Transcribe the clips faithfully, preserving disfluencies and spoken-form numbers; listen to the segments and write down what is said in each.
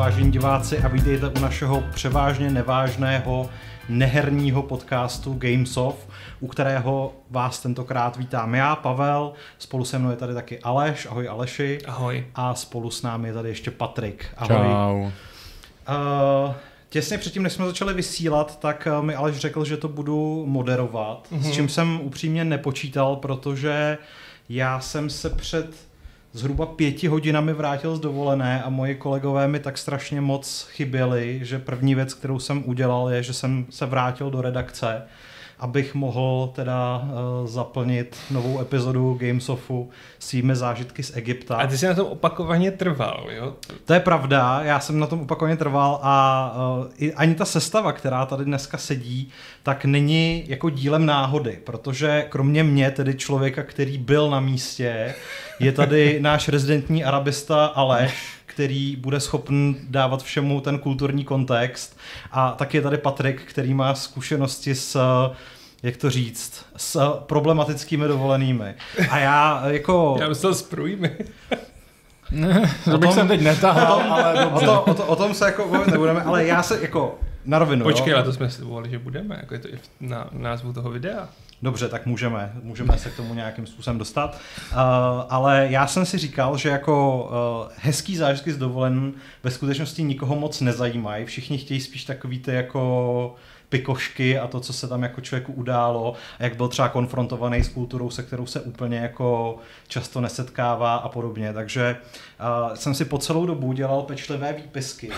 vážení diváci, a vítejte u našeho převážně nevážného neherního podcastu Gamesoft, u kterého vás tentokrát vítám já, Pavel, spolu se mnou je tady taky Aleš, ahoj Aleši. Ahoj. A spolu s námi je tady ještě Patrik, ahoj. Čau. Uh, těsně předtím, než jsme začali vysílat, tak mi Aleš řekl, že to budu moderovat, mm-hmm. s čím jsem upřímně nepočítal, protože já jsem se před zhruba pěti hodinami vrátil z dovolené a moji kolegové mi tak strašně moc chyběli, že první věc, kterou jsem udělal, je, že jsem se vrátil do redakce, abych mohl teda uh, zaplnit novou epizodu Gamesoftu svými zážitky z Egypta. A ty jsi na tom opakovaně trval, jo? To je pravda, já jsem na tom opakovaně trval a uh, i, ani ta sestava, která tady dneska sedí, tak není jako dílem náhody, protože kromě mě, tedy člověka, který byl na místě, je tady náš rezidentní arabista Aleš, který bude schopen dávat všemu ten kulturní kontext, a tak je tady Patrik, který má zkušenosti s, jak to říct, s problematickými dovolenými. A já jako... Já myslel s průjmy. To bych jsem teď netahal, ale dobře. O, to, o, to, o tom se jako bavit nebudeme, ale já se jako na rovinu. Počkej, jo? ale to jsme si volali, že budeme, jako je to i na názvu toho videa. Dobře, tak můžeme, můžeme se k tomu nějakým způsobem dostat, uh, ale já jsem si říkal, že jako uh, hezký zážitky z dovolen ve skutečnosti nikoho moc nezajímají, všichni chtějí spíš takový ty jako pikošky a to, co se tam jako člověku událo, a jak byl třeba konfrontovaný s kulturou, se kterou se úplně jako často nesetkává a podobně, takže uh, jsem si po celou dobu dělal pečlivé výpisky.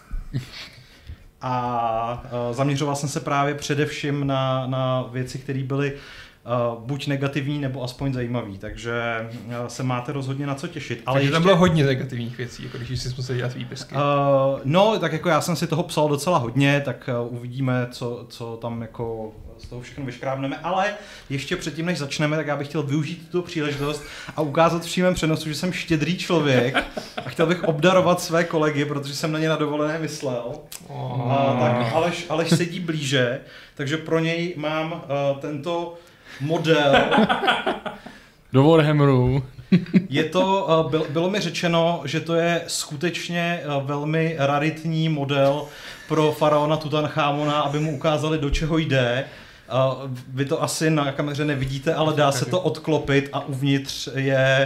A uh, zaměřoval jsem se právě především na, na věci, které byly uh, buď negativní, nebo aspoň zajímavé, takže uh, se máte rozhodně na co těšit. Ale ještě... tam bylo hodně negativních věcí, jako když jsi musel dělat výpisky. Uh, no, tak jako já jsem si toho psal docela hodně, tak uh, uvidíme, co, co tam jako z toho všechno vyškrábneme, ale ještě předtím, než začneme, tak já bych chtěl využít tuto příležitost a ukázat v přímém přenosu, že jsem štědrý člověk a chtěl bych obdarovat své kolegy, protože jsem na ně na dovolené myslel. Oh. A, tak Aleš, Aleš sedí blíže, takže pro něj mám uh, tento model. Do Warhammeru. Je to, uh, byl, bylo mi řečeno, že to je skutečně uh, velmi raritní model pro faraona Tutanchamona, aby mu ukázali, do čeho jde. Uh, vy to asi na kameře nevidíte, ale dá se to odklopit a uvnitř je...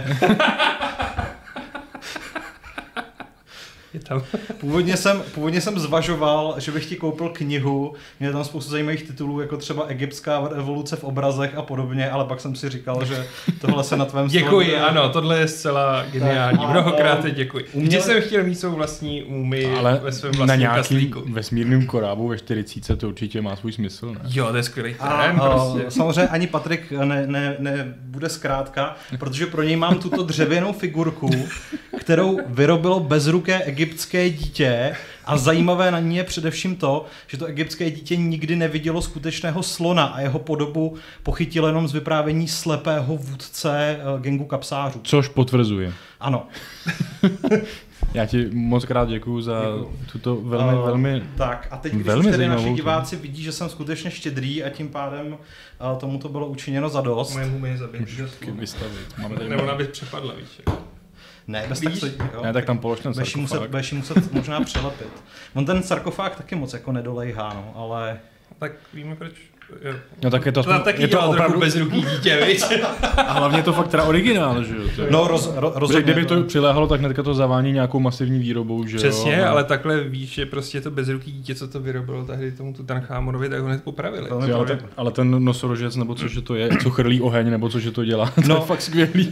je tam. Původně jsem, původně jsem zvažoval, že bych ti koupil knihu, měl tam spoustu zajímavých titulů, jako třeba Egyptská revoluce v obrazech a podobně, ale pak jsem si říkal, že tohle se na tvém stole... Děkuji, bude... ano, tohle je zcela geniální, tak, mnohokrát te děkuji. Uměle... Vždy jsem chtěl mít svou vlastní úmy ve svém vlastním na nějakým kastlíku. vesmírným korábu ve čtyřicítce to určitě má svůj smysl, ne? Jo, to je skvělý terén, prostě. Samozřejmě ani Patrik ne, ne, ne bude zkrátka, protože pro něj mám tuto dřevěnou figurku, kterou vyrobilo bezruké egyptské dítě, a zajímavé na ní je především to, že to egyptské dítě nikdy nevidělo skutečného slona a jeho podobu pochytilo jenom z vyprávění slepého vůdce gengu kapsářů. Což potvrzuje. Ano. Já ti moc krát děkuju za děkuju. tuto velmi, uh, velmi Tak a teď, když už tedy naši diváci vidí, že jsem skutečně štědrý a tím pádem uh, tomu to bylo učiněno za dost. Moje mumie zabít. Vystavit. Máme tady nebo ona by přepadla, víš. Ne, bez tak se, ne, tak tam polož ten sarkofág. Muset, budeš muset možná přelepit. On ten sarkofág taky moc jako nedolejhá, no, ale... Tak víme proč... Jo. No tak je to, to taky je to opravdu bezruký dítě, víš? A hlavně je to fakt teda originál, že jo? Je... No roz, ro, rozhodně. Kdyby to přiléhalo, tak hnedka to zavání nějakou masivní výrobou, že Přesně, jo? ale takhle víš, že prostě to bezruký dítě, co to vyrobilo tehdy tomu Tutanchámonovi, tak ho hned popravili. Jo, ale, ten, ale ten nosorožec, nebo což to je, co chrlí oheň, nebo což to dělá, to no. je fakt skvělý.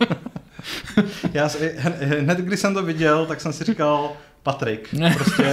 Já si, hned když jsem to viděl, tak jsem si říkal, Patrik, prostě...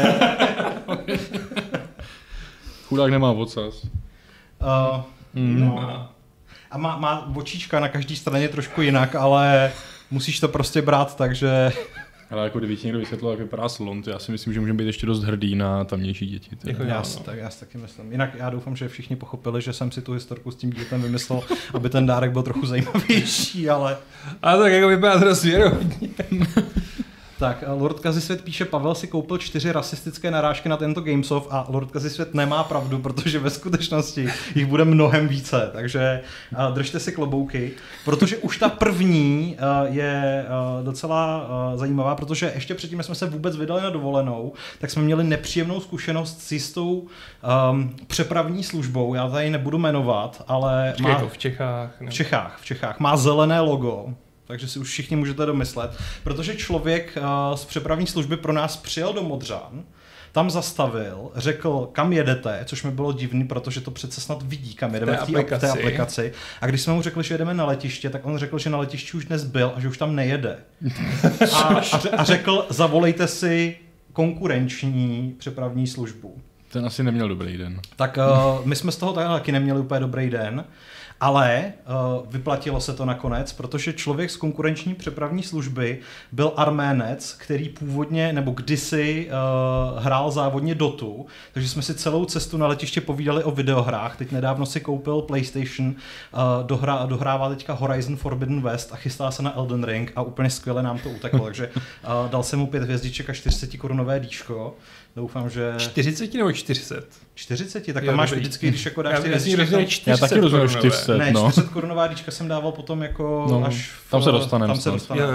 Chudák nemá ocas. Uh, mm. no. A má, má očička na každé straně trošku jinak, ale musíš to prostě brát tak, že... Ale jako kdyby ti někdo vysvětlil, jak vypadá slon, to já si myslím, že můžeme být ještě dost hrdý na tamnější děti. Jako já, no. tak, já si taky myslím. Jinak já doufám, že všichni pochopili, že jsem si tu historku s tím dítětem vymyslel, aby ten dárek byl trochu zajímavější, ale... Ale tak jako vypadá to dost věrohodně. Tak, Lord Kazisvět píše, Pavel si koupil čtyři rasistické narážky na tento Gamesoft a Lord Kazisvět nemá pravdu, protože ve skutečnosti jich bude mnohem více, takže uh, držte si klobouky, protože už ta první uh, je uh, docela uh, zajímavá, protože ještě předtím, než jsme se vůbec vydali na dovolenou, tak jsme měli nepříjemnou zkušenost s jistou um, přepravní službou, já tady nebudu jmenovat, ale Počkej, má... jako v Čechách. Ne? V Čechách, v Čechách. Má zelené logo, takže si už všichni můžete domyslet, protože člověk uh, z přepravní služby pro nás přijel do Modřan, tam zastavil, řekl, kam jedete, což mi bylo divný, protože to přece snad vidí, kam jedeme v té aplikaci. aplikaci. A když jsme mu řekli, že jedeme na letiště, tak on řekl, že na letišti už dnes byl a že už tam nejede. A, a, a řekl, zavolejte si konkurenční přepravní službu. Ten asi neměl dobrý den. Tak uh, my jsme z toho taky neměli úplně dobrý den. Ale uh, vyplatilo se to nakonec, protože člověk z konkurenční přepravní služby byl Arménec, který původně nebo kdysi uh, hrál závodně Dotu, takže jsme si celou cestu na letiště povídali o videohrách. Teď nedávno si koupil PlayStation, uh, dohra, dohrává teďka Horizon Forbidden West a chystá se na Elden Ring a úplně skvěle nám to uteklo, takže uh, dal jsem mu pět hvězdiček a čtyři sta korunové dýško. Doufám, že... čtyřicet nebo čtyři sta? čtyřicet, tak tam máš vždycky, když jako dáš ty hvězdičky. Já taky rozumím čtyři sta, ne, no. čtyři sta korunová dýčka jsem dával potom jako no, až... V, tam se dostaneme. Tam se dostaneme.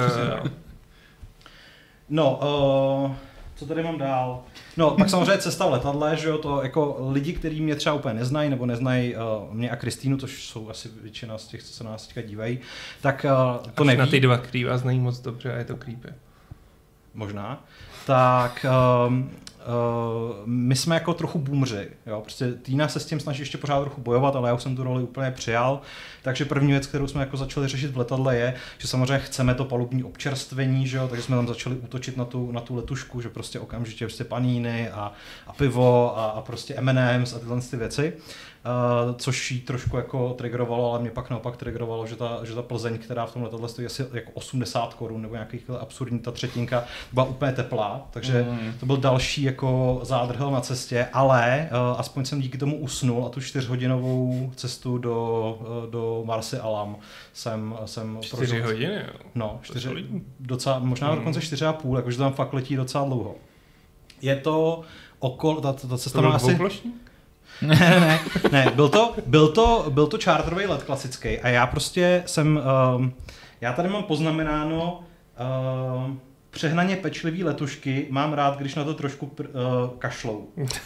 No, uh, co tady mám dál? No, pak samozřejmě cesta v letadle, že jo, to jako lidi, kteří mě třeba úplně neznají, nebo neznají uh, mě a Kristýnu, což jsou asi většina z těch, co se nás teďka dívají, tak uh, to až neví. na ty dva, který vás znají moc dobře a je to creepy. Možná. Tak... Um, Uh, my jsme jako trochu boomři, jo, prostě Týna se s tím snaží ještě pořád trochu bojovat, ale já už jsem tu roli úplně přijal, takže první věc, kterou jsme jako začali řešit v letadle je, že samozřejmě chceme to palubní občerstvení, že jo, takže jsme tam začali útočit na tu, na tu letušku, že prostě okamžitě prostě paníny a, a pivo a, a prostě M and M's a tyhle ty věci. Uh, což jí trošku jako triggerovalo, ale mě pak naopak triggerovalo, že ta, že ta Plzeň, která v tom letadle stojí asi jako osmdesát korun nebo nějakých absurdní, ta třetinka byla úplně teplá, takže mm. to byl další jako zádrhel na cestě, ale uh, aspoň jsem díky tomu usnul a tu čtyřhodinovou cestu do, uh, do Marseille Alam jsem, jsem čtyři prožil. hodiny, jo? No, čtyři, docela, možná mm. dokonce čtyři a půl, jakože tam fakt letí docela dlouho. Je to okolo, ta, ta cesta to má asi... Ne, ne, ne, byl to, byl to, byl to charterový let klasický a já prostě jsem, um, já tady mám poznamenáno um, přehnaně pečlivý letušky, mám rád, když na to trošku pr, uh, kašlou.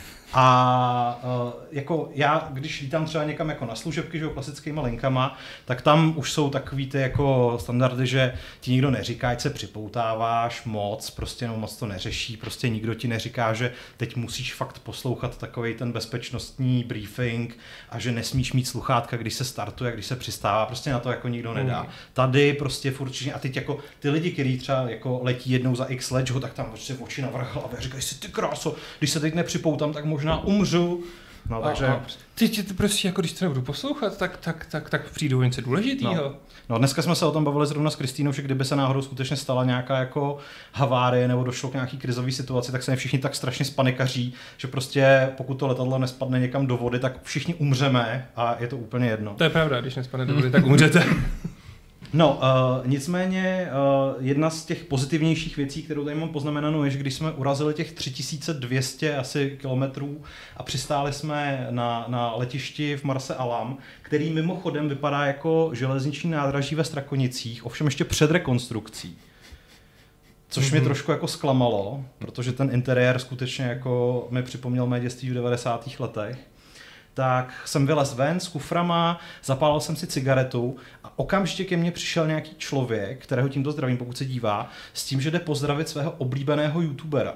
A uh, jako já, když lítám třeba někam jako na služebky, že jo, klasickýma linkama, tak tam už jsou takový ty jako standardy, že ti nikdo neříká, ať se připoutáváš moc, prostě no, moc to neřeší, prostě nikdo ti neříká, že teď musíš fakt poslouchat takovej ten bezpečnostní briefing a že nesmíš mít sluchátka, když se startuje, když se přistává, prostě na to jako nikdo nedá. Mm. Tady prostě furt, a teď jako ty lidi, kteří třeba jako letí jednou za x let, tak tam prostě oči na vrch hlavy a říkají si, ty kráso, když se teď nepřipoutám, tak možná umřu. No, takže... Ty, ty prostě jako když to nebudu poslouchat, tak, tak, tak, tak přijdu něco důležitýho. No. no dneska jsme se o tom bavili zrovna s Kristýnou, že kdyby se náhodou skutečně stala nějaká jako havárie nebo došlo k nějaký krizové situaci, tak se ne všichni tak strašně spanikaří, že prostě pokud to letadlo nespadne někam do vody, tak všichni umřeme a je to úplně jedno. To je pravda, když nespadne do vody, tak umřete. No, uh, nicméně uh, jedna z těch pozitivnějších věcí, kterou tady mám poznamenanou, je, že když jsme urazili těch tři tisíce dvě stě asi kilometrů a přistáli jsme na, na letišti v Marseille Alam, který mimochodem vypadá jako železniční nádraží ve Strakonicích, ovšem ještě před rekonstrukcí. Což mm-hmm. mě trošku jako zklamalo, protože ten interiér skutečně jako mi připomněl mé dětství v devadesátých letech. Tak jsem vylez ven s kuframa, zapálil jsem si cigaretu a okamžitě ke mně přišel nějaký člověk, kterého tímto zdravím, pokud se dívá, s tím, že jde pozdravit svého oblíbeného youtubera.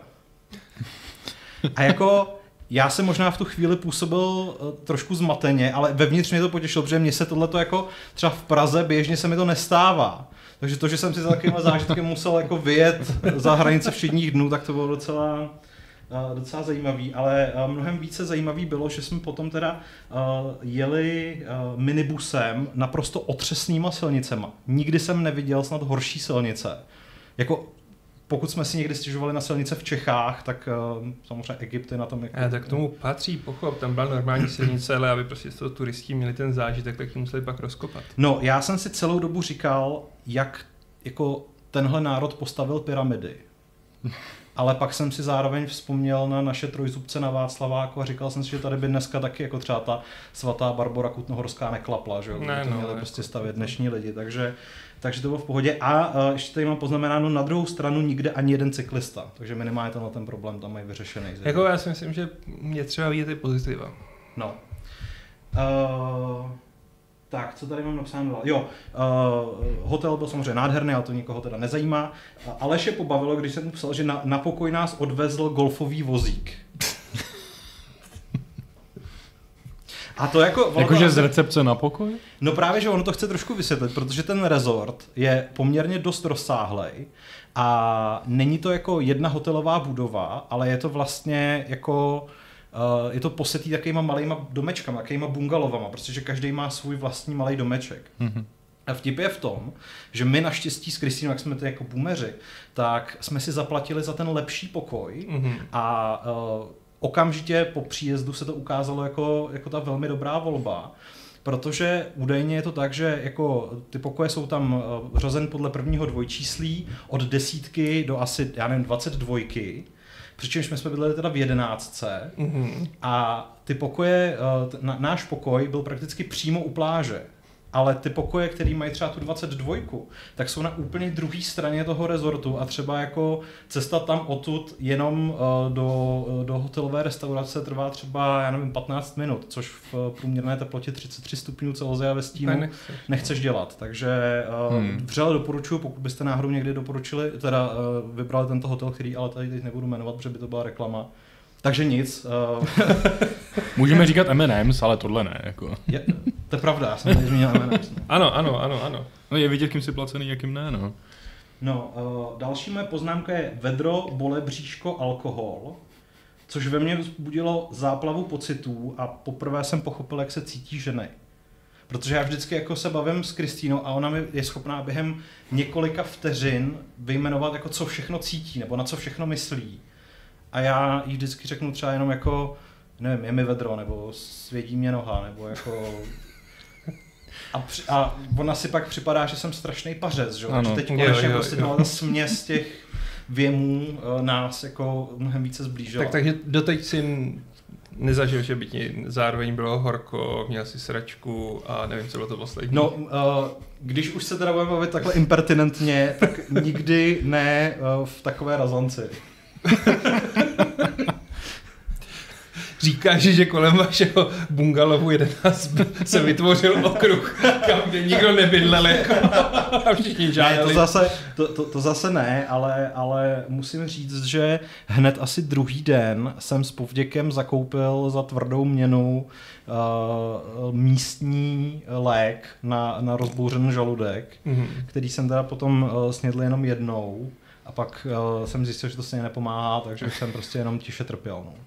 A jako já jsem možná v tu chvíli působil trošku zmateně, ale vevnitř mě to potěšilo, protože mně se tohleto jako třeba v Praze běžně se mi to nestává. Takže to, že jsem si za takovýmhle zážitkem musel jako vyjet za hranice všedních dnů, tak to bylo docela... docela zajímavý, ale mnohem více zajímavý bylo, že jsme potom teda jeli minibusem naprosto otřesnýma silnicema. Nikdy jsem neviděl snad horší silnice. Jako pokud jsme si někdy stěžovali na silnice v Čechách, tak samozřejmě Egypt je na tom jako... A tak k tomu patří, pochop, tam byla normální silnice, ale aby prostě z toho turisti měli ten zážitek, tak ji museli pak rozkopat. No, já jsem si celou dobu říkal, jak jako tenhle národ postavil pyramidy. Ale pak jsem si zároveň vzpomněl na naše trojzubce na Václaváku a říkal jsem si, že tady by dneska taky jako třeba ta svatá Barbora Kutnohorská neklapla, že jo? Ne, to no, měli ne, prostě jako- stavět dnešní lidi, takže, takže to bylo v pohodě. A uh, ještě tady mám poznamenáno na druhou stranu nikde ani jeden cyklista, takže minimálně tenhle ten problém tam mají vyřešený. Jako já si myslím, že je třeba vidět i pozitiva. No. Uh, tak, co tady mám napsáno dál? Jo, uh, hotel byl samozřejmě nádherný, ale to nikoho teda nezajímá. Uh, Aleše pobavilo, když jsem mu psal, že na, na pokoj nás odvezl golfový vozík. A to jako... Jakože to, z recepce na pokoj? No právě, že ono to chce trošku vysvětlit, protože ten resort je poměrně dost rozsáhlej a není to jako jedna hotelová budova, ale je to vlastně jako... Uh, je to posetý takovýma malýma domečkama, takovýma bungalovama, protože každý má svůj vlastní malý domeček. Mm-hmm. A vtip je v tom, že my naštěstí s Kristýnou, jak jsme ty jako boomeři, tak jsme si zaplatili za ten lepší pokoj mm-hmm. a uh, okamžitě po příjezdu se to ukázalo jako, jako ta velmi dobrá volba, protože údajně je to tak, že jako ty pokoje jsou tam uh, řazen podle prvního dvojčíslí od desítky do asi, já nevím, dvacet dvojky. Přičemž my jsme bydleli teda v jedenáctce mm-hmm. a ty pokoje, na, náš pokoj byl prakticky přímo u pláže. Ale ty pokoje, které mají třeba tu dvacet dva, tak jsou na úplně druhé straně toho rezortu a třeba jako cesta tam odtud jenom uh, do, do hotelové restaurace trvá třeba, já nevím, patnáct minut, což v průměrné teplotě třicet tři stupňů Celsia ve stínu nechceš, nechceš dělat. Takže uh, hmm. vřele doporučuji, pokud byste náhodou někdy doporučili, teda uh, vybrali tento hotel, který ale tady teď nebudu jmenovat, protože by to byla reklama. Takže nic. Uh... Můžeme říkat M and M's, ale tohle ne. Jako. Je, to je pravda, já jsem tady zmínil M and M's. Ano, ano, ano, ano. No je vidět, kým si placený, jakým ne, no. No, uh, další moje poznámka je vedro, bole, bříško, alkohol, což ve mně vzbudilo záplavu pocitů a poprvé jsem pochopil, jak se cítí ženy. Protože já vždycky jako se bavím s Kristýnou a ona mi je schopná během několika vteřin vyjmenovat, jako co všechno cítí nebo na co všechno myslí. A já jí vždycky řeknu třeba jenom jako, nevím, je mi vedro, nebo svědí mě noha, nebo jako... A, při, a ona si pak připadá, že jsem strašný pařez, že? Ano, teď konečně prostě ta směs těch věmů uh, nás jako mnohem více zblížila. Tak, takže doteď si nezažil, že by ti zároveň bylo horko, měl si sračku a nevím, co bylo to poslední. No, uh, když už se teda budeme bavit takhle impertinentně, tak nikdy ne uh, v takové razanci. Říkáš, že kolem vašeho bungalovu jedenáct se vytvořil okruh, kam kde nikdo nebydlel a všichni žádali. Ne, to zase, to, to, to zase ne, ale, ale musím říct, že hned asi druhý den jsem s povděkem zakoupil za tvrdou měnu uh, místní lék na, na rozbouřený žaludek, mm-hmm. který jsem teda potom uh, snědl jenom jednou a pak uh, jsem zjistil, že to stejně nepomáhá, takže jsem prostě jenom tiše trpěl. No.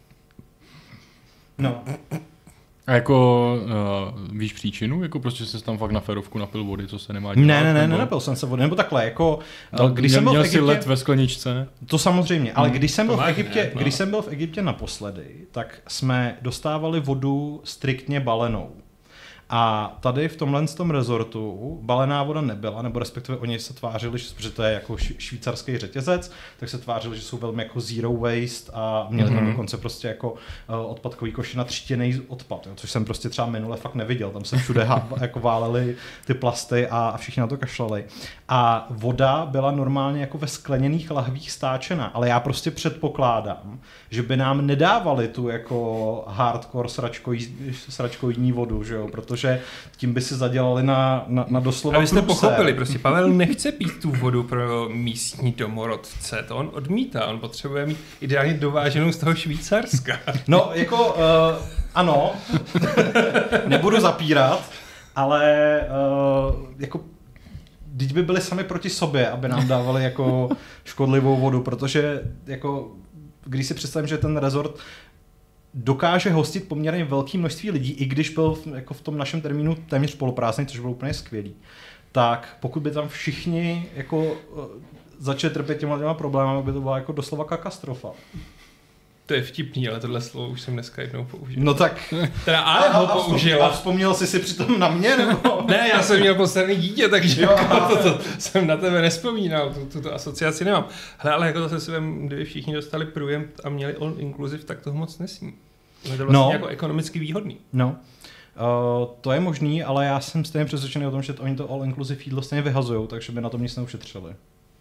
No. A jako uh, víš příčinu? Jako prostě jsi tam fakt na ferovku napil vody, co se nemá dělat? Ne, ne, ne, nebo... nenapil jsem se vody, nebo takhle, jako... Dal, když měl, jsem byl měl v Egyptě, si led ve skleničce? To samozřejmě, ale když jsem byl v Egyptě, ne, no. když jsem byl v Egyptě naposledy, tak jsme dostávali vodu striktně balenou. A tady v tomhle tom rezortu balená voda nebyla, nebo respektive oni se tvářili, že to je jako švýcarský řetězec, tak se tvářili, že jsou velmi jako zero waste a měli mm-hmm. tam dokonce prostě jako odpadkový koši na třtěnej odpad, jo, což jsem prostě třeba minule fakt neviděl, tam se všude jako válely ty plasty a všichni na to kašlali. A voda byla normálně jako ve skleněných lahvích stáčena, ale já prostě předpokládám, že by nám nedávali tu jako hardcore sračkoidní vodu, že jo, protože že tím by si zadělali na, na, na doslova. A vy jste pochopili, prostě Pavel nechce pít tu vodu pro místní domorodce, to on odmítá, on potřebuje mít ideálně dováženou z toho Švýcarska. No, jako, uh, ano, nebudu zapírat, ale uh, jako teď by byli sami proti sobě, aby nám dávali jako škodlivou vodu, protože jako, když si představím, že ten rezort dokáže hostit poměrně velké množství lidí, i když byl jako v tom našem termínu téměř poloprázdný, což bylo úplně skvělý, tak pokud by tam všichni jako začali trpět těma těma problémy, by to byla jako doslova katastrofa. To je vtipný, ale tohle slovo už jsem dneska jednou použil. No tak... Teda a ho použila. A vzpomněl jsi si přitom na mě, nebo? Ne, já jsem měl poslední dítě, takže Jo, jako to, to jsem na tebe nespomínal, tu, tuto asociaci nemám. Hele, ale jako zase si vem, kdyby všichni dostali průjem a měli all inclusive, tak toho moc nesní. Je to vlastně No. jako ekonomicky výhodný. No. Uh, to je možný, ale já jsem stejně přesvědčený o tom, že to, oni to all inclusive jídlo stejně vyhazujou, takže by na tom nic neušetřili.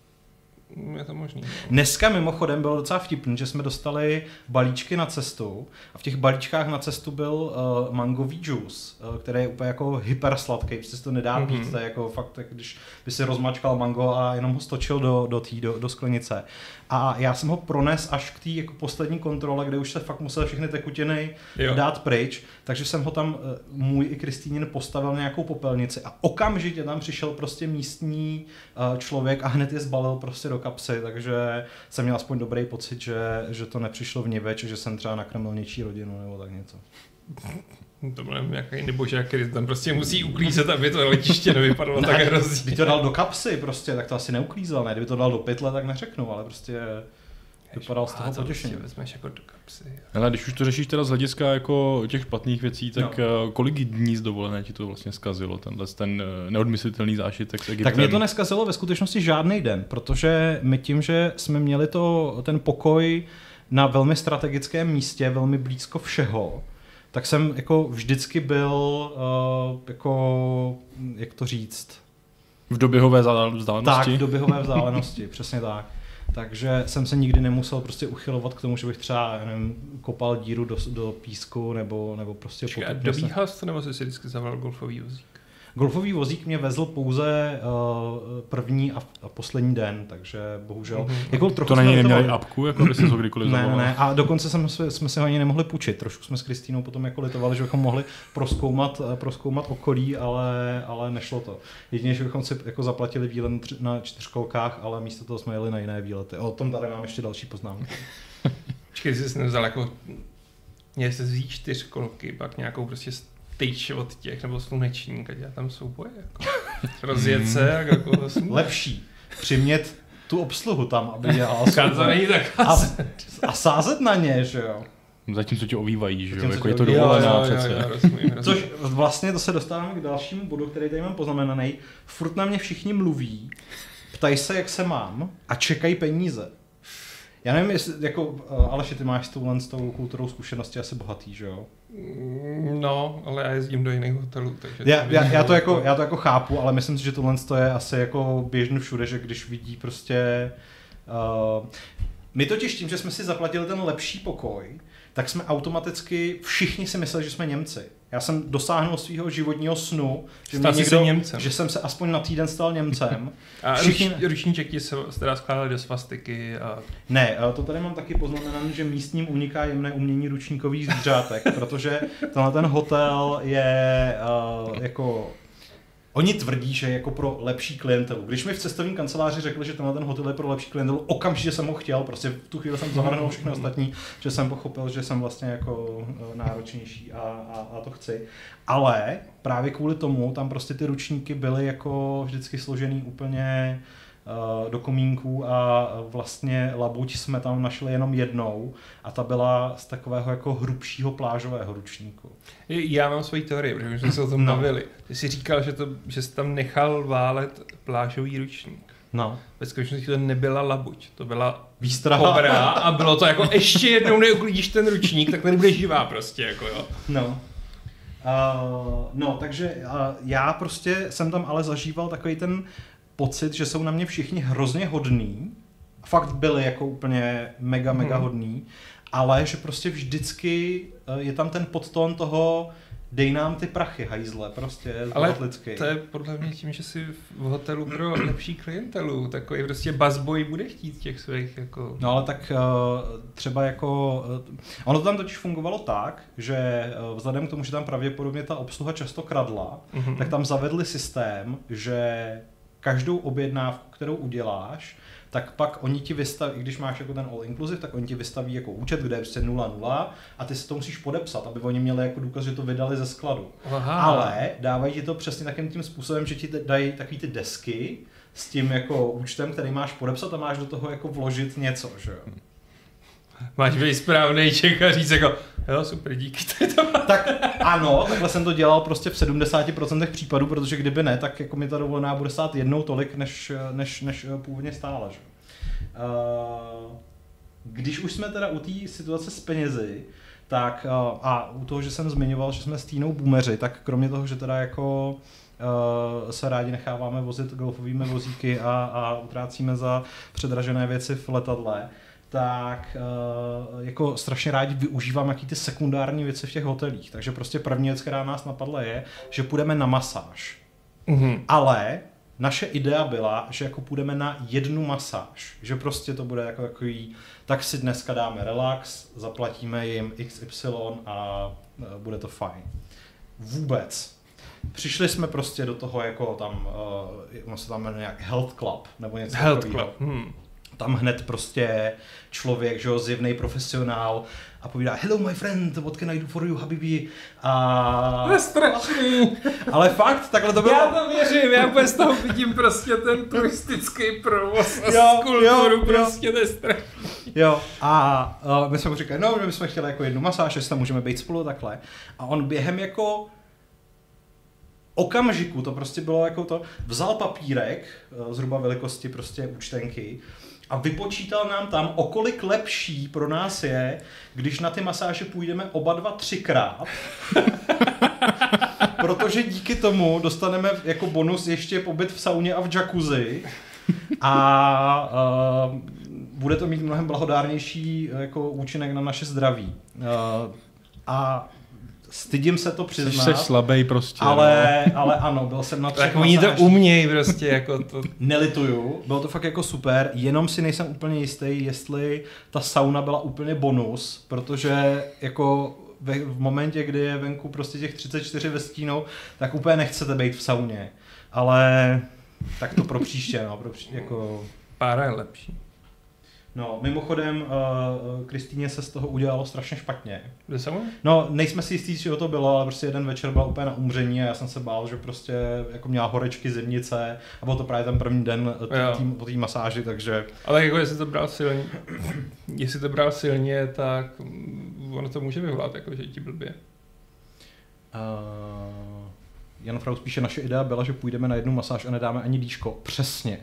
Je to možný. No. Dneska mimochodem bylo docela vtipný, že jsme dostali balíčky na cestu a v těch balíčkách na cestu byl uh, mangový džus, uh, který je úplně jako hyper sladký, protože se to nedá Mhm. pít, to je jako fakt, tak, když by si rozmačkal mango a jenom ho stočil do, do, tý, do, do sklenice. A já jsem ho prones až k té jako poslední kontrole, kde už se fakt musel všechny tekutiny Jo. dát pryč, takže jsem ho tam, uh, můj i Kristýnin, postavil na nějakou popelnici a okamžitě tam přišel prostě místní uh, člověk a hned je zbalil prostě do kapsy, takže jsem měl aspoň dobrý pocit, že, že to nepřišlo vniveč, že jsem třeba nakrmil něčí rodinu nebo tak něco. To byl nějaký nebožák, který tam prostě musí uklízet, aby to letiště nevypadalo tak hrozně. Kdyby to dal do kapsy prostě, tak to asi neuklízel, ne? Kdyby to dal do pytle, tak neřeknu, ale prostě vypadal z toho to potěšení. prostě vezmeš jako do kapsy. Ale když už to řešíš teda z hlediska jako těch špatných věcí, tak no. kolik dní z dovolené ti to vlastně zkazilo, tenhle ten neodmyslitelný zážitek s Egyptem? Tak mě to neskazilo ve skutečnosti žádný den, protože my tím, že jsme měli to, ten pokoj na velmi strategickém místě, velmi blízko všeho, tak jsem jako vždycky byl, uh, jako, jak to říct? V doběhové vzdálenosti? Tak, v doběhové vzdálenosti, přesně tak. Takže jsem se nikdy nemusel prostě uchylovat k tomu, že bych třeba, já nevím, kopal díru do, do písku nebo, nebo prostě... Počkej, a dobíhal jsi to, nebo jsi si vždycky zavral golfový vozík? Golfový vozík mě vezl pouze uh, první a, a poslední den, takže bohužel... Mm-hmm. Jako trochu to na něj neměli litovali... apku, jako by se ho kdykoliv ne, zavolal? ne, a dokonce jsme, jsme si ho ani nemohli půjčit. Trošku jsme s Kristýnou potom jako litovali, že bychom mohli prozkoumat, prozkoumat okolí, ale, ale nešlo to. Jedině, že bychom si jako zaplatili výlet na čtyřkolkách, ale místo toho jsme jeli na jiné výlety. O tom tady mám ještě další poznámky. Počkej, jsi nevzal jako... Měli jste vzít čtyřkolky, pak nějakou prostě tyč od těch, nebo slunečník, a dělat tam souboje, jako. Rozjet se a jako to Lepší. Přimět tu obsluhu tam, aby dělal to není tak a, a sázet na ně, že jo. Zatímco tě ovývají, že jo, Zatímco jako tě je to ovývají. dovolená jo, jo, přece. jo, jo, rozumím, rozumím. Což vlastně to se dostáváme k dalšímu bodu, který tady mám poznamenaný. Furt na mě všichni mluví, ptají se, jak se mám a čekají peníze. Já nevím, jestli, jako, Aleši, ty máš s touhle s tou kulturou zkušenosti asi bohatý, že jo? No, ale já jezdím do jiných hotelů, takže... Já, já, já, to jako, já to jako chápu, ale myslím si, že tohle je asi jako běžně všude, že když vidí prostě... Uh, my totiž tím, že jsme si zaplatili ten lepší pokoj, tak jsme automaticky všichni si mysleli, že jsme Němci. Já jsem dosáhnul svého životního snu, že, mě někdo, že jsem se aspoň na týden stal Němcem. A všichni... ruč, ručníček ti se teda skládali do svastiky a... Ne, to tady mám taky poznamenané, že místním uniká jemné umění ručníkových zvířátek, protože tenhle ten hotel je uh, jako... Oni tvrdí, že jako pro lepší klientelu. Když mi v cestovní kanceláři řekli, že tenhle ten hotel je pro lepší klientelu, okamžitě jsem ho chtěl, prostě v tu chvíli jsem zahrnul všechno ostatní, že jsem pochopil, že jsem vlastně jako náročnější a, a, a to chci. Ale právě kvůli tomu tam prostě ty ručníky byly jako vždycky složený úplně do komínků a vlastně labuť jsme tam našli jenom jednou a ta byla z takového jako hrubšího plážového ručníku. Já mám svoji teorii, protože jsme se o tom no. bavili. Ty jsi říkal, že, to, že jsi tam nechal válet plážový ručník. No. Ve skutečnosti to nebyla labuť, to byla výstraha kobra a bylo to jako ještě jednou neuklidíš ten ručník, tak tady bude živá prostě, jako jo. No. Uh, no, takže uh, já prostě jsem tam ale zažíval takový ten pocit, že jsou na mě všichni hrozně hodní. Fakt byli jako úplně mega, mega hmm. hodní. Ale že prostě vždycky je tam ten podtón toho dej nám ty prachy, hajzle, prostě ale to je podle mě tím, že jsi v hotelu pro lepší klientelu. Takový prostě buzzboy bude chtít těch svých jako... No ale tak třeba jako... Ono to tam totiž fungovalo tak, že vzhledem k tomu, že tam pravděpodobně ta obsluha často kradla, mm-hmm. tak tam zavedli systém, že každou objednávku, kterou uděláš, tak pak oni ti vystaví, i když máš jako ten all inclusive, tak oni ti vystaví jako účet, kde je prostě nula nula a ty si to musíš podepsat, aby oni měli jako důkaz, že to vydali ze skladu. Aha. Ale dávají ti to přesně takým tím způsobem, že ti dají takový ty desky s tím jako účtem, který máš podepsat a máš do toho jako vložit něco, že jo. máš být správnej Čech a říct jako, jo, super, díky, to je to. Tak ano, takhle jsem to dělal prostě v sedmdesáti procentech případů, protože kdyby ne, tak jako mi ta dovolená bude stát jednou tolik, než, než, než původně stála. Že? Uh, když už jsme teda u té situace s penězi, tak uh, a u toho, že jsem zmiňoval, že jsme s Týnou boomeři, tak kromě toho, že teda jako uh, se rádi necháváme vozit golfovými vozíky a, a utrácíme za předražené věci v letadle, tak uh, jako strašně rádi využívám jaký ty sekundární věci v těch hotelích. Takže prostě první věc, která nás napadla je, že půjdeme na masáž. Mm-hmm. Ale naše idea byla, že jako půjdeme na jednu masáž. Že prostě to bude jako takový, tak si dneska dáme relax, zaplatíme jim iks ypsilon a uh, bude to fajn. Vůbec. Přišli jsme prostě do toho jako tam, uh, ono se tam jmenuje nějak Health Club, nebo něco Health takového. Club. Hmm. Tam hned prostě člověk, že jo, zjevnej profesionál a povídá hello my friend, what can I do for you, habibi? A... To je strašný. Ale fakt, takhle to bylo. Já to věřím, já úplně z toho vidím prostě ten turistický provoz a jo, kulturu, jo, prostě jo. to je strašný. Jo, a uh, my jsme mu říkali, no, že bychom chtěli jako jednu masáž, jestli tam můžeme být spolu takhle. A on během jako okamžiku, to prostě bylo jako to, vzal papírek, zhruba velikosti prostě účtenky, a vypočítal nám tam, o kolik lepší pro nás je, když na ty masáže půjdeme oba dva třikrát. Protože díky tomu dostaneme jako bonus ještě pobyt v sauně a v jacuzzi. A uh, bude to mít mnohem blahodárnější jako účinek na naše zdraví. Uh, a stydím se to přiznat. Jsi slabej prostě. Ale, ale ano, byl jsem na třech tak oni to masážích. umějí prostě jako to. Nelituju, bylo to fakt jako super, jenom si nejsem úplně jistý, jestli ta sauna byla úplně bonus, protože jako ve, v momentě, kdy je venku prostě těch třicet čtyři ve stínu, tak úplně nechcete být v sauně. Ale tak to pro příště, no, pro příště, jako... Pára je lepší. No, mimochodem, uh, Kristýně se z toho udělalo strašně špatně. Jde se mu? No, nejsme si jistí, že to bylo, ale prostě jeden večer byla úplně na umření a já jsem se bál, že prostě jako měla horečky, zimnice a byl to právě ten první den tý, tý, po té masáži, takže... Ale jako jestli to bral silně, jestli to bral silně, tak ono to může vyvolat, jako že ti blbě. Uh, Jan Frau, spíše naše idea byla, že půjdeme na jednu masáž a nedáme ani dýško. Přesně.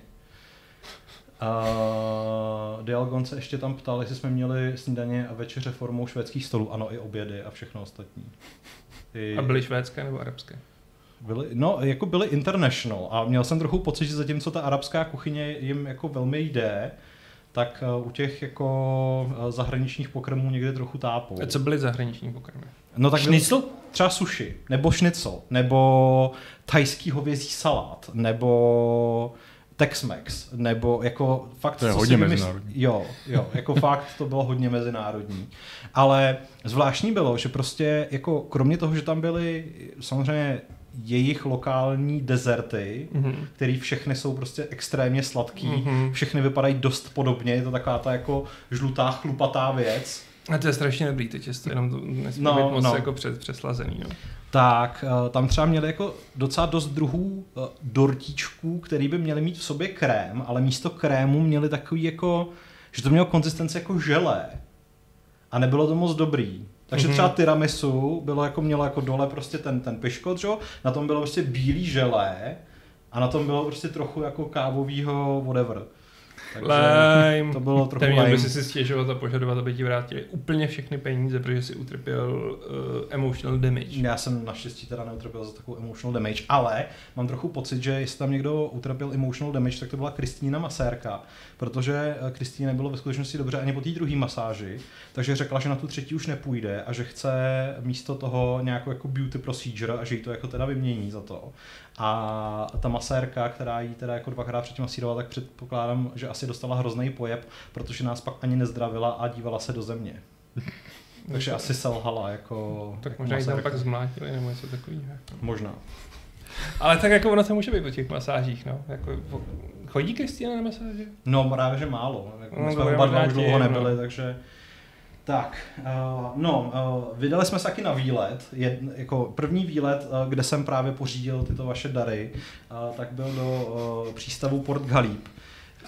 Uh, Dialgon se ještě tam ptal, jestli jsme měli snídaně a večeře formou švédských stolů. Ano, i obědy a všechno ostatní. I... A byly švédské nebo arabské? Byly, no, jako byly international a měl jsem trochu pocit, že zatímco ta arabská kuchyně jim jako velmi jde, tak uh, u těch jako uh, zahraničních pokrmů někde trochu tápou. A co byly zahraniční pokrmy? No tak šnicl? Třeba sushi, nebo šnicl, nebo thajský hovězí salát, nebo Tex-Mex, nebo jako fakt... To je co hodně si vymysl... mezinárodní. Jo, jo, jako fakt to bylo hodně mezinárodní. Ale zvláštní bylo, že prostě jako kromě toho, že tam byly samozřejmě jejich lokální dezerty, mm-hmm. které všechny jsou prostě extrémně sladký, mm-hmm. všechny vypadají dost podobně, je to taková ta jako žlutá chlupatá věc. A to je strašně dobrý, to těsto, jenom to nesmí no, být moc no. jako před, přeslazený. No. Tak uh, tam třeba měli jako docela dost druhů uh, dortíčků, který by měli mít v sobě krém, ale místo krému měli takový jako, že to mělo konzistenci jako želé. A nebylo to moc dobrý. Takže mm-hmm. třeba tiramisu bylo jako, mělo jako dole prostě ten, ten piškot, že? Na tom bylo prostě bílý želé a na tom bylo prostě trochu jako kávovýho whatever. Takže lame. To bylo trochu lame. Měl by lame. si si stěžovat a požadovat, aby ti vrátili úplně všechny peníze, protože si utrpěl uh, emotional damage. Já jsem naštěstí teda neutrpěl za takovou emotional damage, ale mám trochu pocit, že jestli tam někdo utrpěl emotional damage, tak to byla Kristýna masérka, protože Kristýně nebylo ve skutečnosti dobře ani po té druhé masáži, takže řekla, že na tu třetí už nepůjde a že chce místo toho nějakou jako beauty procedure a že jí to jako teda vymění za to. A ta masérka, která jí teda jako dvakrát předtím masírovala, tak předpokládám, že asi dostala hrozný pojeb, protože nás pak ani nezdravila a dívala se do země. Takže asi selhala jako Tak jako možná jí tam masérka. pak zmlátili nebo něco takového. Možná. Ale tak jako ono to může být po těch masážích, no. Jako, chodí Kristýna na masáže? No právě, že málo. Jako No, my jsme to oba je dva už možná dlouho tím, nebyli, no. takže... Tak, uh, no, uh, vydali jsme se taky na výlet. Jed, jako první výlet, uh, kde jsem právě pořídil tyto vaše dary, uh, tak byl do uh, přístavu Port Galíp.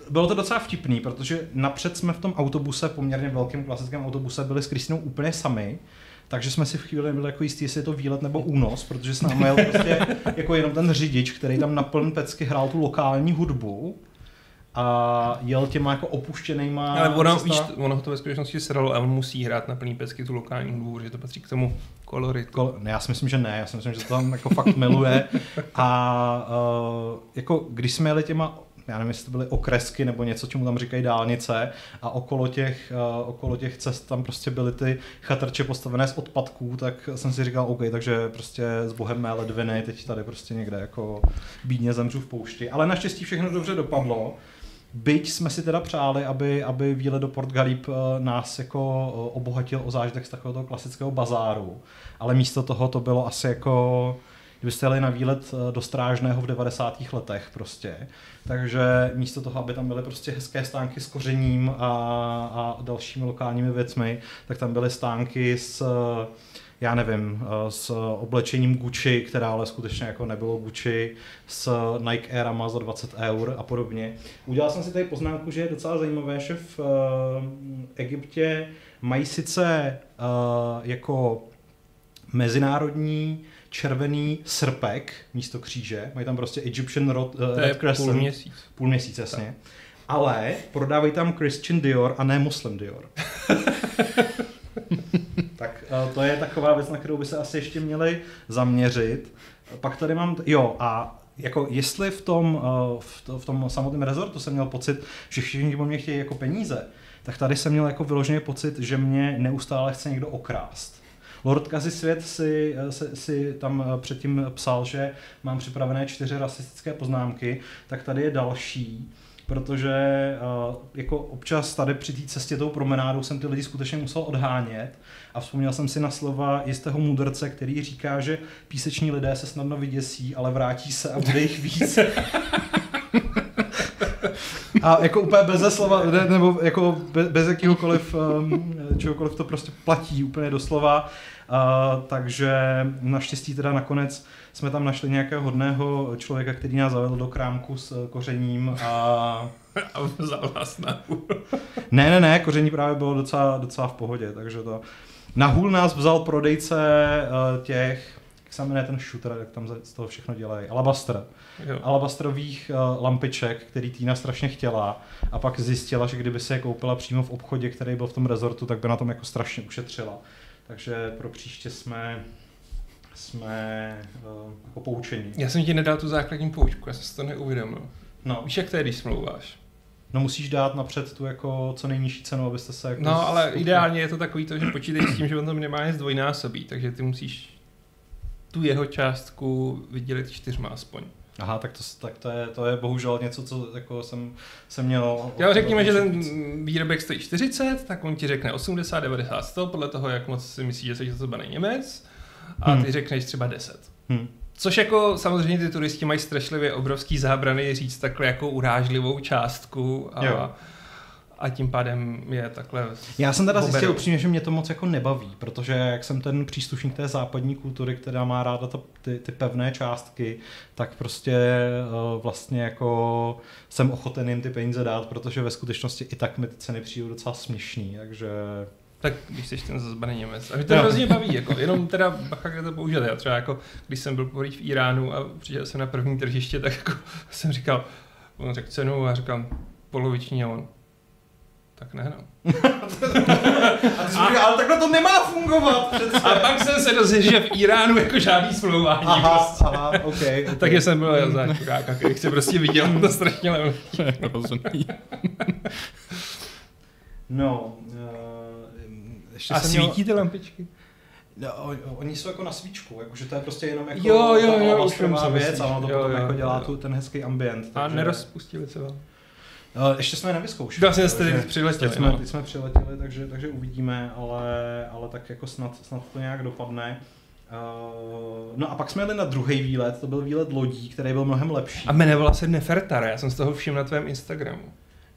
bylo to docela vtipný, protože napřed jsme v tom autobuse, poměrně velkém klasickém autobuse, byli s Kristinou úplně sami. Takže jsme si v chvíli byli jako jistí, jestli je to výlet nebo únos, protože s námi jel prostě jako jenom ten řidič, který tam na pln pecky hrál tu lokální hudbu a jel těma jako opuštěnejma... Ale ono, víš, ono to ve skutečnosti sralo a on musí hrát na plný pecky tu lokální hudbu, protože to patří k tomu koloritu. Kol- ne, já si myslím, že ne, já si myslím, že to tam jako fakt miluje a uh, jako když jsme jeli těma, já nevím, jestli to byly okresky nebo něco, čemu tam říkají dálnice a okolo těch, uh, okolo těch cest tam prostě byly ty chatrče postavené z odpadků, tak jsem si říkal, OK, takže prostě s bohem mé ledviny, teď tady prostě někde jako bídně zemřu v poušti, ale naštěstí všechno dobře dopadlo. Byť jsme si teda přáli, aby, aby výlet do Port Galip nás jako obohatil o zážitek z takového toho klasického bazáru, ale místo toho to bylo asi jako, kdybyste jeli na výlet do Strážného v devadesátých letech prostě, takže místo toho, aby tam byly prostě hezké stánky s kořením a, a dalšími lokálními věcmi, tak tam byly stánky s, já nevím, s oblečením Gucci, která ale skutečně jako nebylo Gucci, s Nike Airama za dvacet eur a podobně. Udělal jsem si tady poznámku, že je docela zajímavé, že v uh, Egyptě mají sice uh, jako mezinárodní červený srpek místo kříže, mají tam prostě Egyptian Red, uh, to Red Crescent. Půl měsíc. Půl měsíc, jasně. Tak. Ale prodávají tam Christian Dior a ne Muslim Dior. Tak to je taková věc, na kterou by se asi ještě měli zaměřit. Pak tady mám, jo, a jako jestli v tom, v, to, v tom samotném rezortu jsem měl pocit, že všichni po mě chtějí jako peníze, tak tady jsem měl jako vyloženě pocit, že mě neustále chce někdo okrást. Lord Kazisvět si, si, si tam předtím psal, že mám připravené čtyři rasistické poznámky, tak tady je další. Protože uh, jako občas tady při té cestě tou promenádou jsem ty lidi skutečně musel odhánět a vzpomněl jsem si na slova jistého mudrce, který říká, že píseční lidé se snadno vyděsí, ale vrátí se a bude jich víc. A jako úplně beze slova, nebo jako bez jakýhokoliv, um, čehokoliv to prostě platí úplně doslova. Uh, takže naštěstí teda nakonec jsme tam našli nějakého hodného člověka, který nás zavedl do krámku s kořením a... A vzal vás na hůl. Ne, ne, ne, koření právě bylo docela, docela v pohodě, takže to... Na hůl nás vzal prodejce uh, těch, jak se jmenuje ten shooter, jak tam z toho všechno dělají, Alabastr. Jo. Alabastrových uh, lampiček, který Týna strašně chtěla a pak zjistila, že kdyby si je koupila přímo v obchodě, který byl v tom rezortu, tak by na tom jako strašně ušetřila. Takže pro příště jsme, jsme uh, jako poučení. Já jsem ti nedal tu základní poučku, já jsem si to neuvědomil. No. Víš, jak to je, když smlouváš? No musíš dát napřed tu jako co nejnižší cenu, abyste se jako... No, ale skupili. Ideálně je to takový to, že počítej s tím, že on to minimálně zdvojnásobí, takže ty musíš tu jeho částku vydělit čtyřma aspoň. Aha, tak to, tak to je, to je bohužel něco, co jako jsem, jsem měl... Já řekněme, že ten výrobek stojí čtyřicet, tak on ti řekne osmdesát, devadesát, sto, podle toho, jak moc si myslíš, že jsi to zbaný Němec, a ty hmm. řekneš třeba deset. Hmm. Což jako samozřejmě ty turisti mají strašlivě obrovský zábrany říct takhle jako urážlivou částku a, a tím pádem je takhle... Já jsem teda zjistil upřímně, že mě to moc jako nebaví, protože jak jsem ten příslušník té západní kultury, která má ráda to, ty, ty pevné částky, tak prostě uh, vlastně jako jsem ochoten jim ty peníze dát, protože ve skutečnosti i tak mi ty ceny přijdou docela směšný, takže... Tak když jsi ten zazbaný Němec. A mě to no. hrozně baví, jako, jenom teda bacha, kde to použil. Já třeba jako, když jsem byl poprvé v Iránu a přišel jsem na první tržiště, tak jako jsem říkal, on řekl cenu a říkal poloviční a on, tak ne, no. A ty jsi říkal, ale takhle to nemá fungovat přece. A pak jsem se dozvěděl, že v Iránu jako žádný smlouvání. Aha, prostě. aha, okay, okay. Takže jsem byl za čuráka, který chci prostě viděl, to strašně levný. Rozumí. No, Ještě a svítí měl... ty lampičky? No, oni jsou jako na svíčku, jakože to je prostě jenom jako jo, jo, jo, ta věc a ono to jo, potom jo, jako dělá jo. Tu, ten hezký ambient. A takže... nerozpustili se vám? Uh, ještě jsme je nevyzkoušeli. Vlastně jste teď přiletěli. Teď jsme, teď jsme přiletěli, takže, takže uvidíme, ale, ale tak jako snad, snad to nějak dopadne. Uh, no a pak jsme jeli na druhý výlet, to byl výlet lodí, který byl mnohem lepší. A jmenovala se Nefertara, já jsem z toho všiml na tvém Instagramu.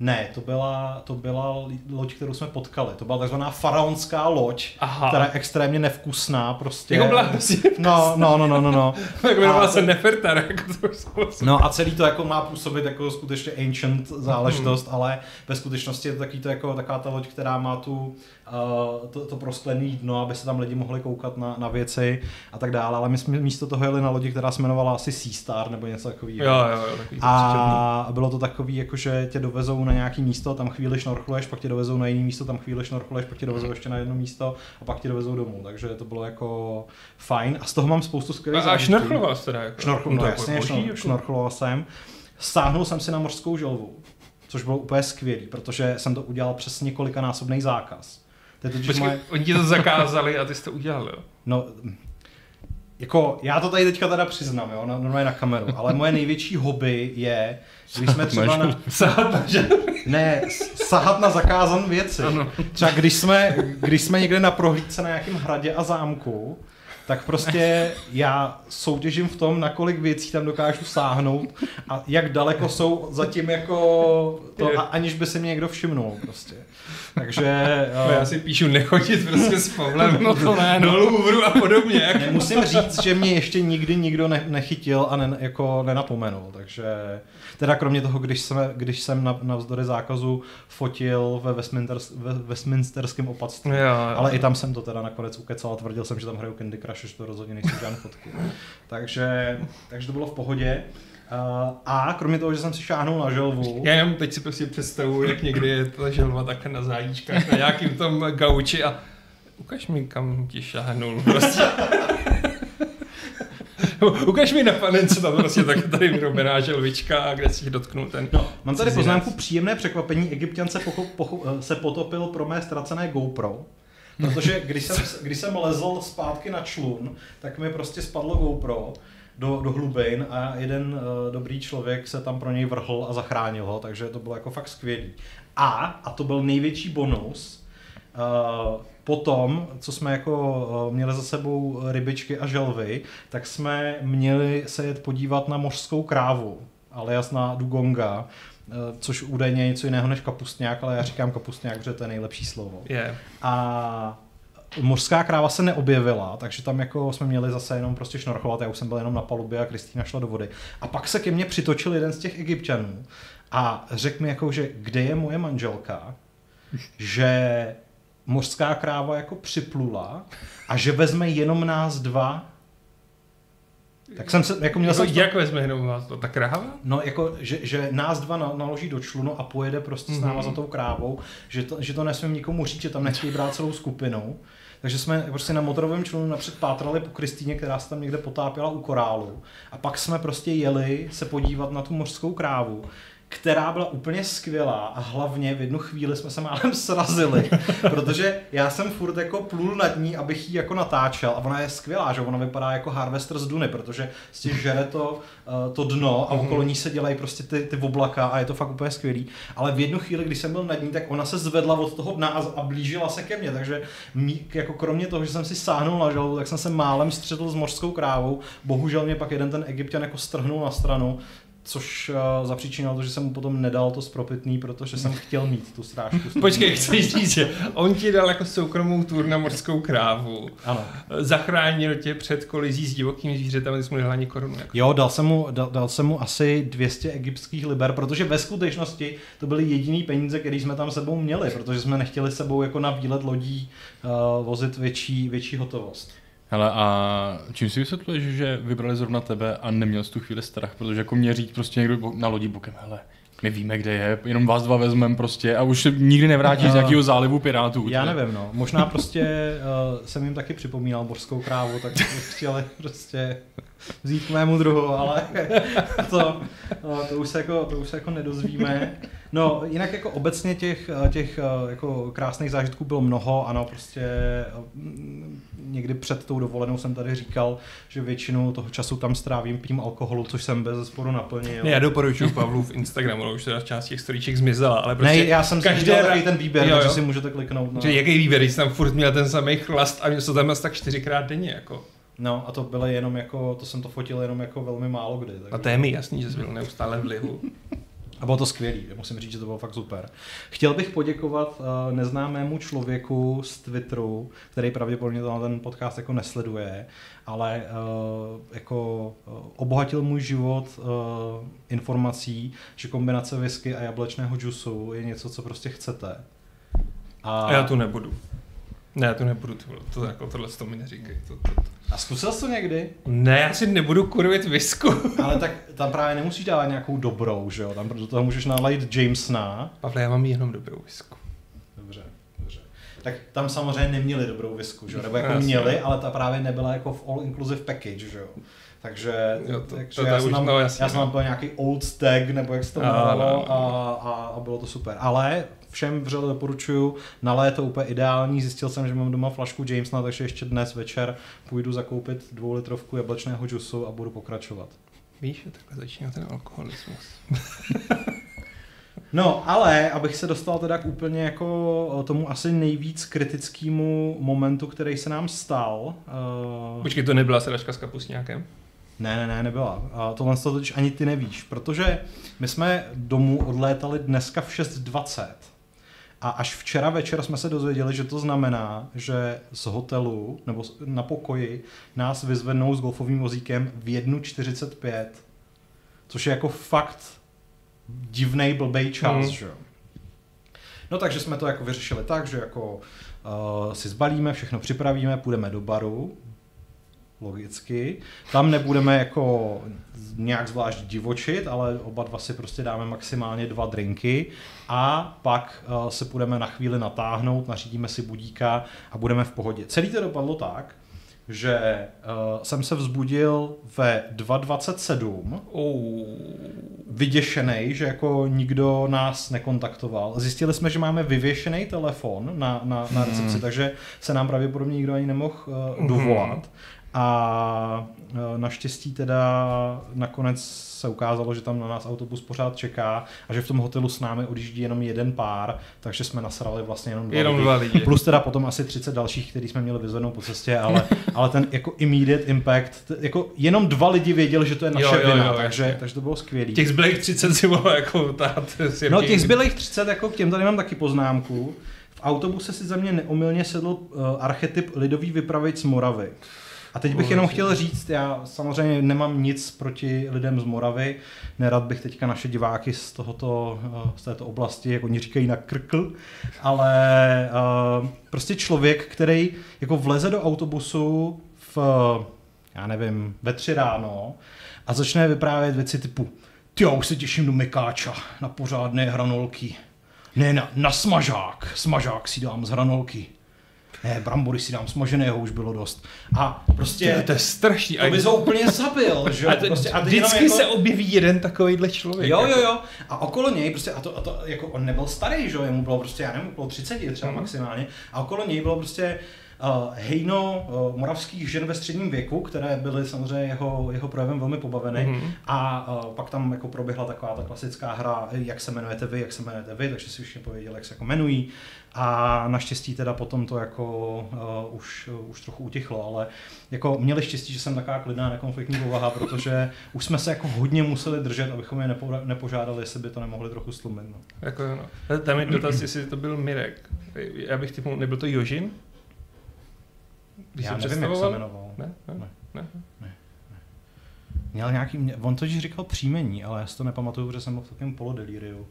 Ne, to byla, to byla loď, kterou jsme potkali. To byla takzvaná faraonská loď, Aha. která je extrémně nevkusná. Prostě. Jako byla no, no, no, no, no, no. Tak jmenovala se Nefertar. Jako to no a celý to jako má působit jako skutečně ancient záležitost, hmm. ale ve skutečnosti je to taky to jako taková ta loď, která má tu uh, to, to prosklený dno, aby se tam lidi mohli koukat na, na věci a tak dále. Ale my jsme místo toho jeli na lodi, která se jmenovala asi Sea Star nebo něco takového. Jo, jo, jo, takový a bylo to takový, jako že tě dovezou na nějaký místo, tam chvíli šnorchluješ, pak tě dovezou na jiný místo, tam chvíli šnorchluješ, pak tě dovezou ještě na jedno místo a pak tě dovezou domů. Takže to bylo jako fajn a z toho mám spoustu skvělých zážitků. A šnorchloval jsi teda? Jako, šnorchloval, no, jasně, šnorchloval, šnorchloval jsem. Stáhnul jsem si na mořskou želvu, což bylo úplně skvělý, protože jsem to udělal přes několikanásobný zákaz. Počkej, moje... oni ti to zakázali a ty jsi to udělal, jo? No, jako, já to tady teďka teda přiznám, jo, normálně na kameru, ale moje největší hobby je, když jsme třeba na... Sahat na Ne, sahat na zakázané věci. Ano. Třeba když jsme, když jsme někde na prohlídce na nějakém hradě a zámku, tak prostě já soutěžím v tom, na kolik věcí tam dokážu sáhnout a jak daleko jsou zatím jako to, a aniž by se mě někdo všimnul prostě. Takže... No, já si píšu nechodit prostě s Pavlem, no to ne, no Louvru a podobně. Jako. Ne, musím říct, že mě ještě nikdy nikdo ne, nechytil a ne, jako nenapomenul, takže... Teda kromě toho, když, jsme, když jsem na, navzdory zákazu fotil ve, Westminster, ve Westminsterském opatství, jo, jo. Ale i tam jsem to teda nakonec ukecal a tvrdil jsem, že tam hraju Candy Crush, že to rozhodně nejsou žádné fotky. Takže, takže to bylo v pohodě. Uh, a kromě toho, že jsem si šáhnul na želvu... Já jenom teď si prostě představuji, jak někdy je ta želva takhle na zájíčkách, na nějakým tom gauči a ukaž mi, kam ti šáhnul prostě. Ukaž mi na panence, tam prostě tak tady vyrobená želvička a kde si dotknul ten... No, mám tady poznámku příjemné překvapení. Egypťan se, pocho, pocho, se potopil pro mé ztracené GoPro. Protože když jsem, když jsem lezl zpátky na člun, tak mi prostě spadlo GoPro do, do hlubin a jeden uh, dobrý člověk se tam pro něj vrhl a zachránil ho, takže to bylo jako fakt skvělý. A, a to byl největší bonus, uh, potom, co jsme jako uh, měli za sebou rybičky a želvy, tak jsme měli se jet podívat na mořskou krávu, alias na dugonga, uh, což údajně je něco jiného než kapustňák, ale já říkám kapustňák, protože to je nejlepší slovo. Yeah. A mořská kráva se neobjevila, takže tam jako jsme měli zase jenom prostě šnorchovat, já už jsem byl jenom na palubě a Kristýna šla do vody. A pak se ke mně přitočil jeden z těch Egypťanů a řekl mi jako, že kde je moje manželka, že mořská kráva jako připlula a že vezme jenom nás dva. Tak jsem se, jako měl jako jsem... Jak vezme jenom vás to, ta kráva? No jako, že, že nás dva naloží do člunu a pojede prostě mm-hmm. s náma za tou krávou, že to, že to nesmím nikomu říct, že tam nechtějí brát celou skupinu. Takže jsme prostě na motorovém člunu napřed pátrali po Kristýně, která se tam někde potápěla u korálu. A pak jsme prostě jeli se podívat na tu mořskou krávu, která byla úplně skvělá a hlavně v jednu chvíli jsme se málem srazili, protože já jsem furt jako plul nad ní, abych ji jako natáčel a ona je skvělá, že ona vypadá jako Harvester z Duny, protože si žere to, to dno a okolo ní se dělají prostě ty, ty oblaka a je to fakt úplně skvělý, ale v jednu chvíli, když jsem byl nad ní, tak ona se zvedla od toho dna a, a blížila se ke mně, takže mí, jako kromě toho, že jsem si sáhnul na želvu, tak jsem se málem střetl s mořskou krávou, bohužel mě pak jeden ten Egypťan jako strhnul na stranu, což uh, zapříčinilo to, že jsem mu potom nedal to spropitný, protože jsem chtěl mít tu strážku. Počkej, chceš říct, že on ti dal jako soukromou tur na mořskou krávu. Ano. Zachránil tě před kolizí s divokými zvířetem, ty jsi mu nedal ani korunu. Jako. Jo, dal jsem, mu, dal, dal jsem mu asi dvě stě egyptských liber, protože ve skutečnosti to byly jediný peníze, které jsme tam sebou měli, protože jsme nechtěli sebou jako na výlet lodí uh, vozit větší, větší hotovost. Hele, a čím si vysvětluješ, že vybrali zrovna tebe a neměl jsi tu chvíli strach, protože jako mě říct prostě někdo na lodi bokem, hele, my víme, kde je, jenom vás dva vezmeme prostě a už se nikdy nevrátíš z jakého zálivu pirátů. Já nevím, no. Možná prostě uh, jsem jim taky připomínal mořskou krávu, tak chtěli prostě vzít k mému druhu, ale to, no, to, už se jako, to už se jako nedozvíme. No, jinak jako obecně těch, těch jako krásných zážitků bylo mnoho, ano, prostě někdy před tou dovolenou jsem tady říkal, že většinu toho času tam strávím pím alkoholu, což jsem bez zesporu naplnil. Ne, já doporučuji Pavlu v Instagramu, no, už teda část těch storíček zmizela, ale prostě... Ne, já jsem si viděl takový ten výběr, jo, jo. Takže si můžete kliknout. No. Že jaký výběr, když jsem tam furt měl ten samý chlast a měl jsem tam asi tak čtyřikrát denně, jako. No a to bylo jenom jako, to jsem to fotil jenom jako velmi málo kdy. A to je mi jasný, že jsi byl neustále v lihu. A bylo to skvělý, musím říct, že to bylo fakt super. Chtěl bych poděkovat uh, neznámému člověku z Twitteru, který pravděpodobně ten podcast jako nesleduje, ale uh, jako uh, obohatil můj život uh, informací, že kombinace whisky a jablečného džusu je něco, co prostě chcete. A, a já tu nebudu. Ne, já tu nebudu, to, to jako tohle to mi neříkej. To, to, to. A zkusil jsi to někdy? Ne, já si nebudu kurvit whisku. Ale tak tam právě nemusíš dávat nějakou dobrou, že jo? Tam do toho můžeš nalejt Jamesona. Pavle, já mám jenom dobrou whisku. Dobře, dobře. Tak tam samozřejmě neměli dobrou whisku, že jo? Nebo jako měli, ale ta právě nebyla jako v all inclusive package, že jo? Takže, jo, to, takže to, to já, jsem už, tam, no, jasně, já jsem tam byl nějaký old stag, nebo jak se to jmenovalo, a, a, a bylo to super. Ale všem vřele doporučuju, na léto úplně ideální, zjistil jsem, že mám doma flašku Jamesona, takže ještě dnes večer půjdu zakoupit dvoulitrovku jablečného džusu a budu pokračovat. Víš, že takhle začíná ten alkoholismus. No, ale abych se dostal teda k úplně jako tomu asi nejvíc kritickému momentu, který se nám stal. Uh... Počkej, to nebyla sedačka s kapusňákem? Ne, ne, ne, nebyla. A tohle to totiž ani ty nevíš, protože my jsme domů odlétali dneska v šest dvacet. A až včera večer jsme se dozvěděli, že to znamená, že z hotelu nebo na pokoji nás vyzvednou s golfovým vozíkem v jedna čtyřicet pět. Což je jako fakt divnej blbej čas, mm. že jo. No takže jsme to jako vyřešili tak, že jako uh, si zbalíme, všechno připravíme, půjdeme do baru, logicky. Tam nebudeme jako nějak zvlášť divočit, ale oba dva si prostě dáme maximálně dva drinky a pak uh, se půjdeme na chvíli natáhnout, nařídíme si budíka a budeme v pohodě. Celý to dopadlo tak, že uh, jsem se vzbudil ve dva dvacet sedm, oh. vyděšenej, že jako nikdo nás nekontaktoval. Zjistili jsme, že máme vyvěšený telefon na, na, na recepci, hmm. takže se nám pravděpodobně nikdo ani nemohl uh, dovolat. Hmm. A naštěstí teda nakonec se ukázalo, že tam na nás autobus pořád čeká a že v tom hotelu s námi odjíždí jenom jeden pár, takže jsme nasrali vlastně jenom dva, jenom lidi. dva lidi. Plus teda potom asi třicet dalších, který jsme měli vyzvednout po cestě, ale, ale ten jako immediate impact, t- jako jenom dva lidi věděli, že to je naše jo, jo, vina, jo, takže, takže to bylo skvělý. Těch zbylých třicet si bylo jako tát. No těch zbylých třicet, jako k těm tady mám taky poznámku. V autobuse si za mě neomylně sedl uh, archetyp lidový vypravěč z Moravy. A teď bych jenom chtěl říct, já samozřejmě nemám nic proti lidem z Moravy, nerad bych teďka naše diváky z tohoto, z této oblasti, jak oni říkají, nakrkl, ale uh, prostě člověk, který jako vleze do autobusu v, já nevím, ve tři ráno a začne vyprávět věci typu ty, já už se těším do mekáča na pořádné hranolky. Ne, na, na smažák, smažák si dám z hranolky. Ne, brambory si dám smaženého, už bylo dost. A prostě... To, to je strašný. To bys ho úplně zabil, že jo? Prostě, a vždycky jako... se objeví jeden takovýhle člověk. Jo, jako. jo, jo. A okolo něj, prostě, a to, a to jako on nebyl starý, že jo, jemu bylo prostě, já nevím, bylo třicet třeba mm. maximálně. A okolo něj bylo prostě uh, hejno uh, moravských žen ve středním věku, které byly samozřejmě jeho, jeho projevem velmi pobaveny. Mm. A uh, pak tam jako proběhla taková ta klasická hra, jak se jmenujete vy, jak se jmenujete vy, takže si všichni pověděli, jak se jako jmenují. A naštěstí teda potom to jako uh, už, uh, už trochu utichlo, ale jako měli štěstí, že jsem taková klidná nekonfliktní povaha, protože už jsme se jako hodně museli držet, abychom je nepo, nepožádali, jestli by to nemohli trochu stlumit. No. Jako no. Tam je dotaz, jestli to byl Mirek. Já bych typu, nebyl to Jožin? Když Já nevím, jak se jmenoval. Ne? Ne? Ne? ne. ne. Měl nějaký, on totiž říkal příjmení, ale já si to nepamatuju, protože jsem byl v takovém polodelíriu.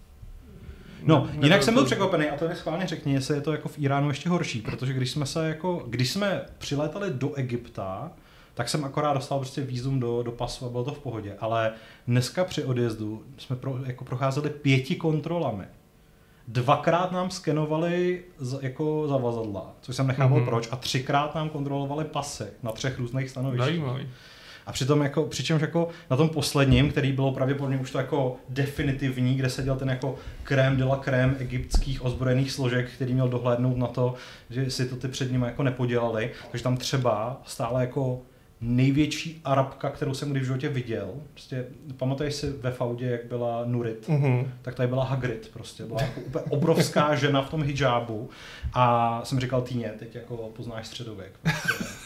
No, ne, jinak jsem byl překvapený a to mi schválně řekni, jestli je to jako v Iránu ještě horší, protože když jsme se jako, když jsme přilétali do Egypta, tak jsem akorát dostal prostě vízum do, do pasu a bylo to v pohodě, ale dneska při odjezdu jsme pro, jako procházeli pěti kontrolami. Dvakrát nám skenovali z, jako zavazadla, což jsem nechápal mm-hmm. proč, a třikrát nám kontrolovali pasy na třech různých stanovištích. A přitom jako, přičemž jako na tom posledním, který bylo pravděpodobně už to jako definitivní, kde seděl ten jako crème de la crème egyptských ozbrojených složek, který měl dohlédnout na to, že si to ty před nimi jako nepodělali. Takže tam třeba stále jako největší Arabka, kterou jsem kdy v životě viděl. Prostě pamatuješ si ve Faudě, jak byla Nurit, mm-hmm. tak tady byla Hagrid prostě. Byla jako úplně obrovská žena v tom hijábu a jsem říkal Týně, teď jako poznáš středověk. Prostě.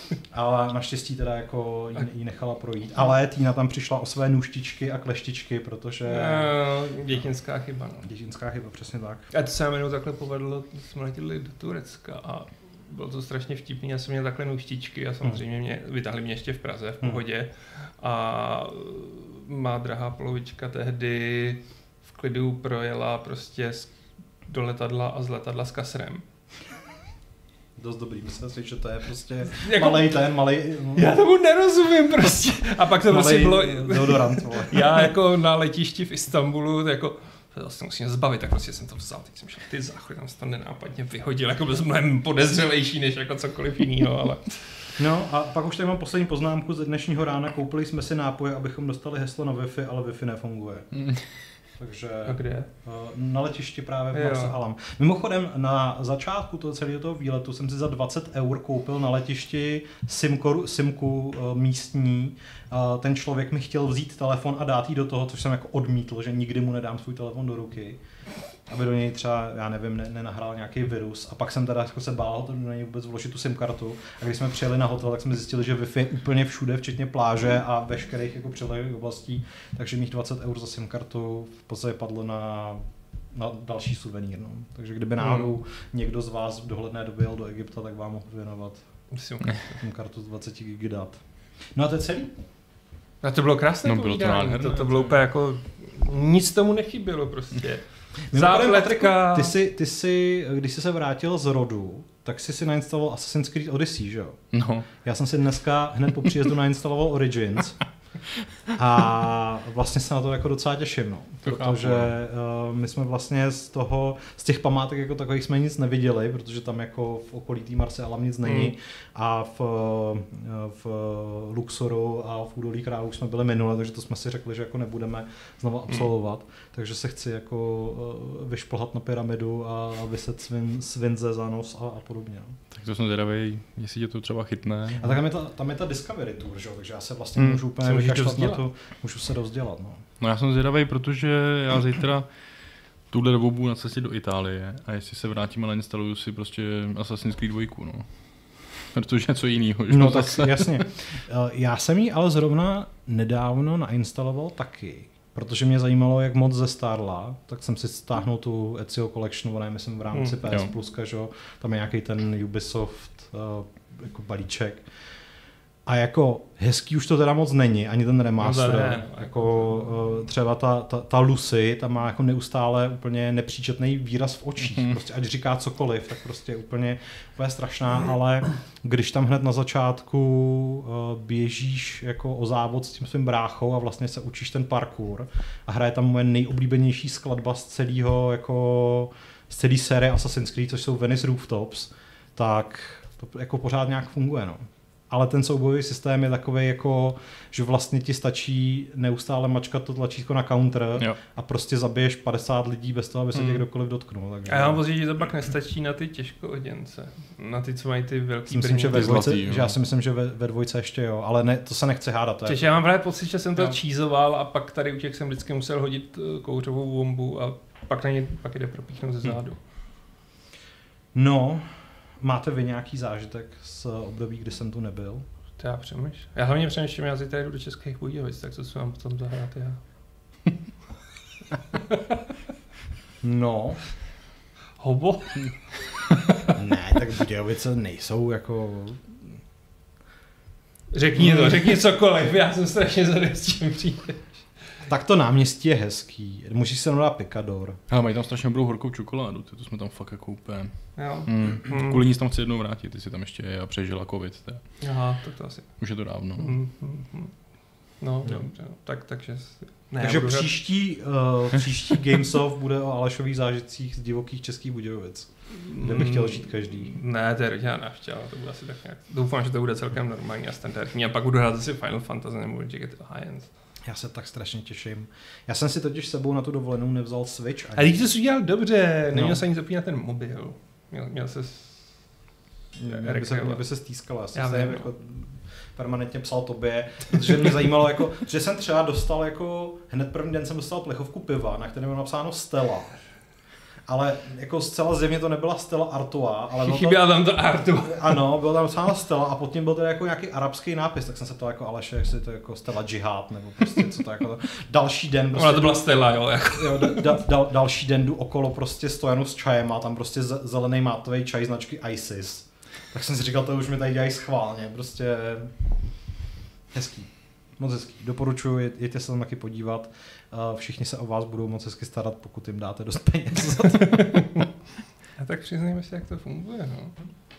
Ale naštěstí teda jako jí nechala projít. Ale Týna tam přišla o své nůštičky a kleštičky, protože... No, dětinská chyba, no. Dětinská chyba, přesně tak. A to se nám jenom takhle povedlo, jsme letěli do Turecka a bylo to strašně vtipný, já jsem měl takhle nůštičky a samozřejmě mě, vytáhli mě ještě v Praze, v pohodě. A má drahá polovička tehdy v klidu projela prostě do letadla a z letadla s kasrem. Dost dobrý, myslím si, že to je prostě jako, malej ten, malej... Já tomu nerozumím prostě. A pak to prostě bylo... deodorant, já jako na letišti v Istanbulu, jako to vlastně musím zbavit, tak prostě jsem to vzal, teď jsem šel ty záchody, tam se to nenápadně vyhodil, jako byl jsem mnohem podezřelejší než jako cokoliv jinýho, ale... No a pak už tady mám poslední poznámku ze dnešního rána, koupili jsme si nápoje, abychom dostali heslo na Wi-Fi, ale Wi-Fi nefunguje. Mm. Takže a kde? Na letišti právě v Marsa Alam. Mimochodem na začátku toho celého toho výletu jsem si za dvacet eur koupil na letišti simku, simku místní. Ten člověk mi chtěl vzít telefon a dát jí do toho, což jsem jako odmítl, že nikdy mu nedám svůj telefon do ruky. Aby do něj třeba, já nevím, ne, nenahrál nějaký virus. A pak jsem teda jako se bál do něj vůbec vložit tu SIM kartu. A když jsme přijeli na hotel, tak jsme zjistili, že Wi-Fi je úplně všude, včetně pláže a veškerých jako přilehlých oblastí. Takže mých dvacet eur za SIM kartu v podstatě padlo na, na další suvenýr. No. Takže kdyby náhodou hmm. někdo z vás v dohledné době jel do Egypta, tak vám mohl věnovat SIM kartu z dvacet gig dát. No a to je celý. A to bylo krásné no, bylo to, to, to bylo úplně jako, nic tomu nechybělo prostě. Zápletka. Ty jsi, ty jsi, když jsi se vrátil z rodu, tak jsi si nainstaloval Assassin's Creed Odyssey, že jo? No. Já jsem si dneska hned po příjezdu nainstaloval Origins a vlastně se na to jako docela těším, no. Protože uh, my jsme vlastně z toho, z těch památek jako takových jsme nic neviděli, protože tam jako v okolí té Marse Alam nic není mm. a v, v Luxoru a v Údolí králů jsme byli minule, takže to jsme si řekli, že jako nebudeme znovu absolvovat, mm. takže se chci jako uh, vyšplhat na pyramidu a vyset svin, svinze za nos a, a podobně. No. Tak to jsem zvědavý, jestli tě to třeba chytne. A tak tam je ta, tam je ta Discovery Tour, že? Takže já se vlastně mm. můžu úplně vykašlat na to, můžu se rozdělat. No. No já jsem zvědavý, protože já zítra tuhle dobou budu na cestě do Itálie a jestli se vrátím a nainstaluju si prostě Assassin's Creed dva, no. Protože něco jiného. No tak zase. Jasně. Já jsem ji ale zrovna nedávno nainstaloval taky, protože mě zajímalo, jak moc zestárla, tak jsem si stáhnul tu Ezio Collection, ona je myslím v rámci hmm, P S Pluska, že tam je nějaký ten Ubisoft uh, jako balíček. A jako hezký už to teda moc není, ani ten remaster. No ne, jako třeba ta, ta, ta Lucy, ta má jako neustále úplně nepříčetný výraz v očích. Mm-hmm. Prostě ať říká cokoliv, tak prostě úplně, úplně strašná, ale když tam hned na začátku běžíš jako o závod s tím svým bráchou a vlastně se učíš ten parkour a hraje tam moje nejoblíbenější skladba z celého jako z celé série Assassin's Creed, což jsou Venice Rooftops, tak to jako pořád nějak funguje, no. Ale ten soubojový systém je takový jako, že vlastně ti stačí neustále mačkat to tlačítko na counter jo. a prostě zabiješ padesát lidí bez toho, aby se tě mm. kdokoliv dotknul. Takže... A já mám pocit, že to pak nestačí na ty těžkooděnce, na ty, co mají ty velký myslím, že ve dvojce, že já si myslím, že ve, ve dvojce ještě jo, ale ne, to se nechce hádat. Takže já mám právě pocit, že jsem to čízoval a pak tady u těch jsem vždycky musel hodit kouřovou bombu a pak na ně pak jde propíchnout ze zádu. No, máte vy nějaký zážitek z období, kdy jsem tu nebyl? To já přemýšlím. Já hlavně přemýšlím, já zítra jdu do Českých Budějovic, tak co se vám potom zahrát já. No. Hobo? Ne, tak Budějovice nejsou jako... Řekni to, řekni cokoliv, já jsem strašně zadej, s čím přijdeš. Tak to náměstí je hezký, musíš se dát Picador. Hele, mají tam strašně dobrou horkou čokoládu, to jsme tam fakt jako úplně... Jo. Mm. Mm. Kvůli ní tam chci jednou vrátit, ty si tam ještě je a přežila covid. Teda. Aha, tak to asi. Už je to dávno. Mm, mm, mm. No, no. Dobře, tak, takže... Ne, takže příští, uh, příští Gamesoft bude o Alešových zážitcích z divokých Českých Budějovic, kde bych chtěl žít každý. Ne, to je rodinná návštěva, to bude asi tak nějak... Doufám, že to bude celkem normální a standardní a pak budu hrát asi Final Fantasy nebo Jagged Alliance. Já se tak strašně těším. Já jsem si totiž sebou na tu dovolenou nevzal Switch. Ani. Ale ty jsi udělal dobře, neměl no. se ani zapínat ten mobil. Měl, měl se... Mě by se, mě by se stýskalo, já jsem já se vím, jako permanentně psal tobě, protože mě zajímalo, jako, že jsem třeba dostal jako, hned první den jsem dostal plechovku piva, na kterém bylo napsáno Stella. ale jako zcela zjevně to nebyla Stella Artois, ale no chyběla tam to Artois. Ano, byla tam celá Stella a pod tím byl teda jako nějaký arabský nápis, tak jsem se ptal jako Aleše, jestli to jako Stella Jihad, nebo prostě co to jako to. Další den prostě... Ona to byla Stella, jo, jako. Jo, da, da, další den jdu okolo prostě stojanu s čajem a tam prostě zelený mátový čaj značky ISIS. Tak jsem si říkal, to už mi tady dělají schválně, prostě hezký. Moc hezký. Doporučuji, jeďte se tam taky podívat. Všichni se o vás budou moc hezky starat, pokud jim dáte dost peněz. A tak přiznejme si, jak to funguje. No,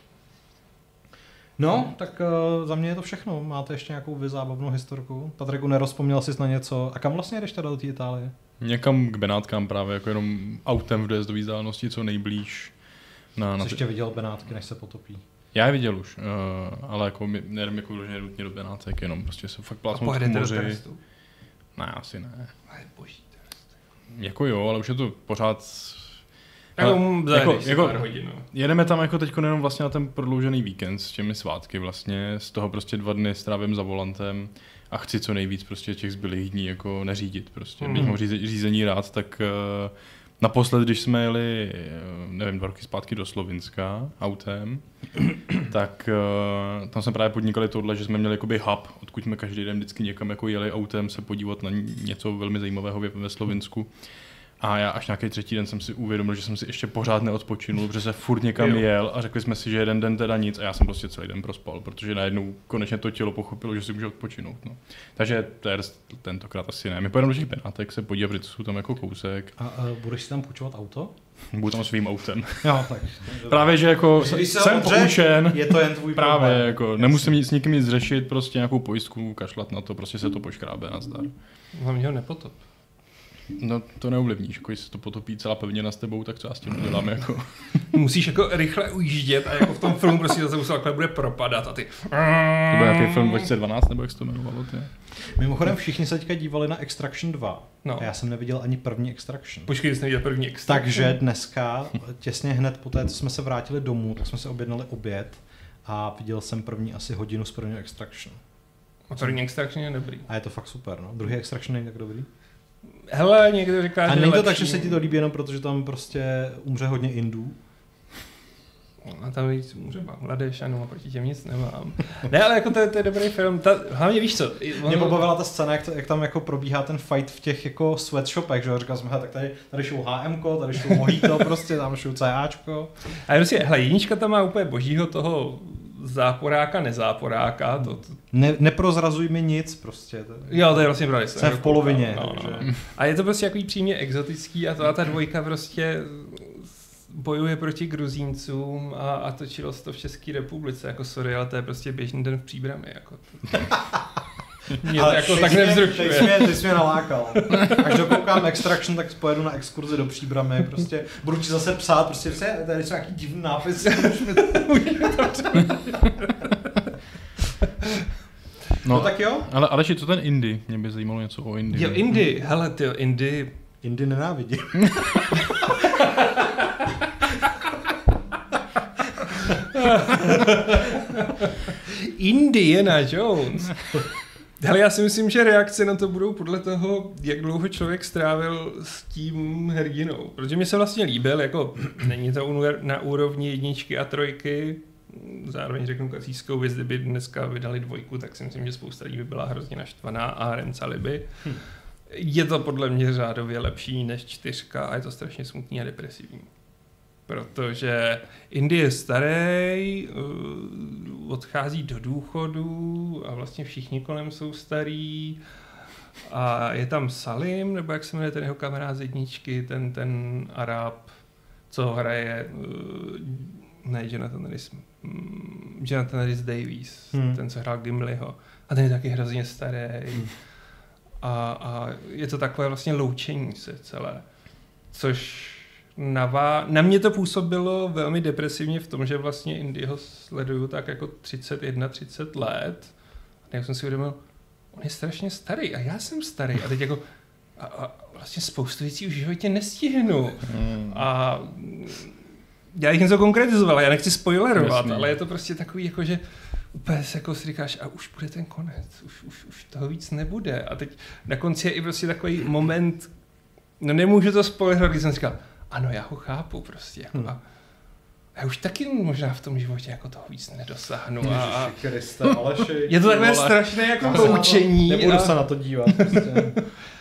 no tak uh, za mě je to všechno. Máte ještě nějakou vyzábavnou historku? Patriku, nerozpomněl jsi na něco? A kam vlastně jdeš teda do té Itálie? Někam k Benátkám právě, jako jenom autem v dojezdové vzdálenosti, co nejblíž. Na, na jsi ještě viděl Benátky, než se potopí? Já je viděl už, uh, ale jako nejdem jako vloženě nutně do Benátek, jenom prostě se fakt plásnout v moři. A pojedete do Ne, asi ne. Ale boží Trest. Jako jo, ale už je to pořád... Jako, jako, jako jedeme tam jako teď jenom vlastně na ten prodloužený víkend s těmi svátky vlastně, z toho prostě dva dny strávím za volantem a chci co nejvíc prostě těch zbylých dní jako neřídit prostě. Mm. Bych mohl řízení rád, tak uh, naposled, když jsme jeli, nevím, dva roky zpátky do Slovinska autem, tak uh, tam jsme právě podnikali tohle, že jsme měli jakoby hub, odkud jsme každý den vždycky někam jako jeli autem se podívat na něco velmi zajímavého ve Slovinsku. A já až nějaký třetí den jsem si uvědomil, že jsem si ještě pořád neodpočinul, protože se furt někam jo. jel a řekli jsme si, že jeden den teda nic a já jsem prostě celý den prospal, protože najednou konečně to tělo pochopilo, že si může odpočinout. No. Takže tentokrát asi ne. My pojedeme do těch Benátek se podívat, protože jsou tam jako kousek. A, a budeš si tam půjčovat auto? Budu tam svým autem. Jo, tak. Právě, že jako jsem poučen. Je to jen tvůj právě, problém. jako nemusím nic, s nikým nic řešit, prostě nějakou pojistku, kašlat na to, prostě se to poškrábe, nazdar. Hlavně ho nepotop. No to neovlivníš, jako jestli to potopí celá pevněna s tebou, tak co já s tím udělám jako. Musíš jako rychle ujíždět a jako v tom filmu prostě zase musel takhle bude propadat a ty... To byl nějaký film dva tisíce dvanáct nebo jak se to jmenovalo, ty? Mimochodem všichni se teďka dívali na Extraction dva. No. A já jsem neviděl ani první Extraction. Počkej, jsi neviděl první Extraction. Takže dneska, těsně hned po té, co jsme se vrátili domů, tak jsme se objednali oběd a viděl jsem první asi hodinu z prvního Extraction. A první Extraction je dobrý. A je to fakt super, no. Druhý Extraction není tak dobrý. Hele, někdo říká, a že není to lepší. tak, že se ti to líbí jenom protože tam prostě umře hodně Indů? A tam víc umře Bangladeš, ano, proti těm nic nemám. Ne, ale jako to je, to je dobrý film. Ta, hlavně víš co? On... Mě pobavila ta scéna, jak, to, jak tam jako probíhá ten fight v těch jako sweatshopech, že jo? Říkal jsem, tak tady, tady šou há emko, tady šou Mojito, prostě tam šou CAčko. A prostě, hele, jednička tam má úplně božího toho záporáka, nezáporáka. To, to... Ne, neprozrazuj mi nic prostě. To... Jo, to je vlastně právě. Jsem v polovině. No, no, no. A je to prostě jako přímě exotický a to a ta dvojka prostě bojuje proti Gruzíncům a, a točilo se to v České republice. Jako sorry, ale to je prostě běžný den v Příbrami. Jako to... Mě to jako tak nevzrušuje. Teď jsi mě, teď jsi mě nalákal. Až dokoukám Extraction, tak pojedu na exkurzi do Příbramy. Prostě budu ti zase psát, prostě tady jsou nějaký divný nápis. No, no tak jo. Ale Aleši, co ten Indy? Mě by zajímalo něco o Indy. Jo, Indy, hele ty Indy. Indy nenávidí. Indiana Jones. Hele, já si myslím, že reakce na to budou podle toho, jak dlouho člověk strávil s tím hrdinou. Protože mi se vlastně líbil, jako není to na úrovni jedničky a trojky, zároveň řeknu kacískou věc, kdyby dneska vydali dvojku, tak si myslím, že spousta lidí by byla hrozně naštvaná a Remca Liby. Hm. Je to podle mě řádově lepší než čtyřka a je to strašně smutný a depresivní. Protože Indy je starý, odchází do důchodu a vlastně všichni kolem jsou starý. A je tam Salim, nebo jak se jmenuje ten jeho kamarád z jedničky, ten, ten Arab, co hraje, ne Jonathan Rhys, Jonathan Rhys Davies, hmm. ten, co hrál Gimliho. A ten je taky hrozně starý. Hmm. A, a je to takové vlastně loučení se celé, což na, vá... na mě to působilo velmi depresivně v tom, že vlastně Indyho sleduju tak jako třicet jedna třicet let. A jak jsem si uvědomil, on je strašně starý a já jsem starý. A teď jako a, a vlastně spoustu věcí už v životě nestihnu. Hmm. A já jich něco konkretizoval, já nechci spoilerovat, Jasný. Ale je to prostě takový jako, že úplně se jako si říkáš, a už bude ten konec, už, už, už toho víc nebude. A teď na konci je i prostě takový moment, no nemůžu to spoilerovat, když jsem říkal, ano, já ho chápu prostě. Jako, hmm. a já už taky možná v tom životě jako toho víc nedosáhnu. A, a... Kriste, Aleši, je to takové strašné jako poučení. Nebudu a... se na to dívat. Prostě.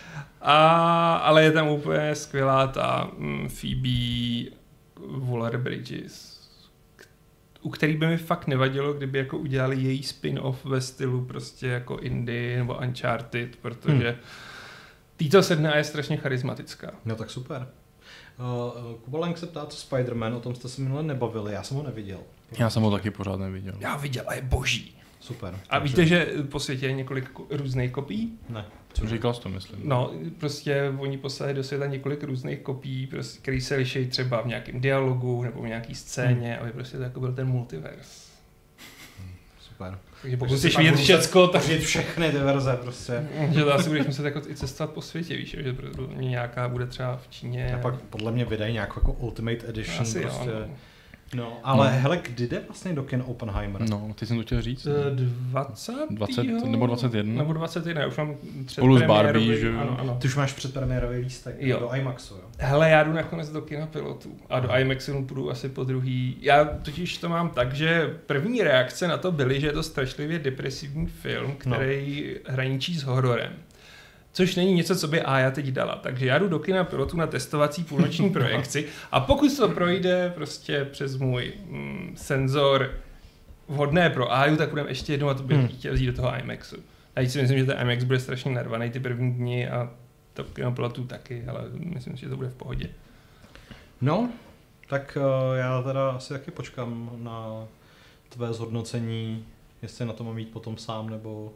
a, ale je tam úplně skvělá ta mm, Phoebe Waller-Bridges, u který by mi fakt nevadilo, kdyby jako udělali její spin-off ve stylu prostě jako Indie nebo Uncharted, protože hmm. týto sedne a je strašně charismatická. No tak super. Uh, Kuba Lang se ptá, co Spider-Man, o tom jste se minule nebavili, já jsem ho neviděl. Já jsem ho taky pořád neviděl. Já viděl a je boží. Super. A víte, že po světě je několik různých kopií? Ne. Co říkal jsi to, myslím? No, prostě oni poslali do světa několik různých kopií, prostě, který se liší třeba v nějakém dialogu nebo v nějaký scéně, hmm. aby prostě to jako byl ten multivers. Hmm, super. Takže pokud chceš vidět všecko, tak... Vidět všechny ty verze prostě. Že to asi budeš muset jako i cestovat po světě, víš, že nějaká bude třeba v Číně. A pak podle mě vydají nějakou jako Ultimate Edition asi prostě. Jo, no. No, ale no. Hele, kdy jde vlastně do kin Oppenheimer? No, ty jsem to chtěl říct. dvacet dvacet nebo dvacet jedna? Nebo dvacet jedna, já už mám spolu s Barbie, že ano, ano. Ty už máš předpremiérový lístek jo. do IMAXu, jo? Hele, já jdu nakonec do kina Pilotu a do IMAXu půjdu asi po druhý. Já totiž to mám tak, že první reakce na to byly, že je to strašlivě depresivní film, který no. hraničí s hororem. Což není něco, co by Aja teď dala. Takže já jdu do kina Pilotu na testovací půlnoční projekci a pokud to projde prostě přes můj mm, senzor vhodné pro Aju, tak budeme ještě jednou a to bych hmm. chtěl jít do toho IMAXu. Já si myslím, že ten IMAX bude strašně narvaný ty první dny a to kino Pilotu taky, ale myslím si, že to bude v pohodě. No, tak uh, já teda asi taky počkám na tvé zhodnocení, jestli na to mám jít potom sám, nebo...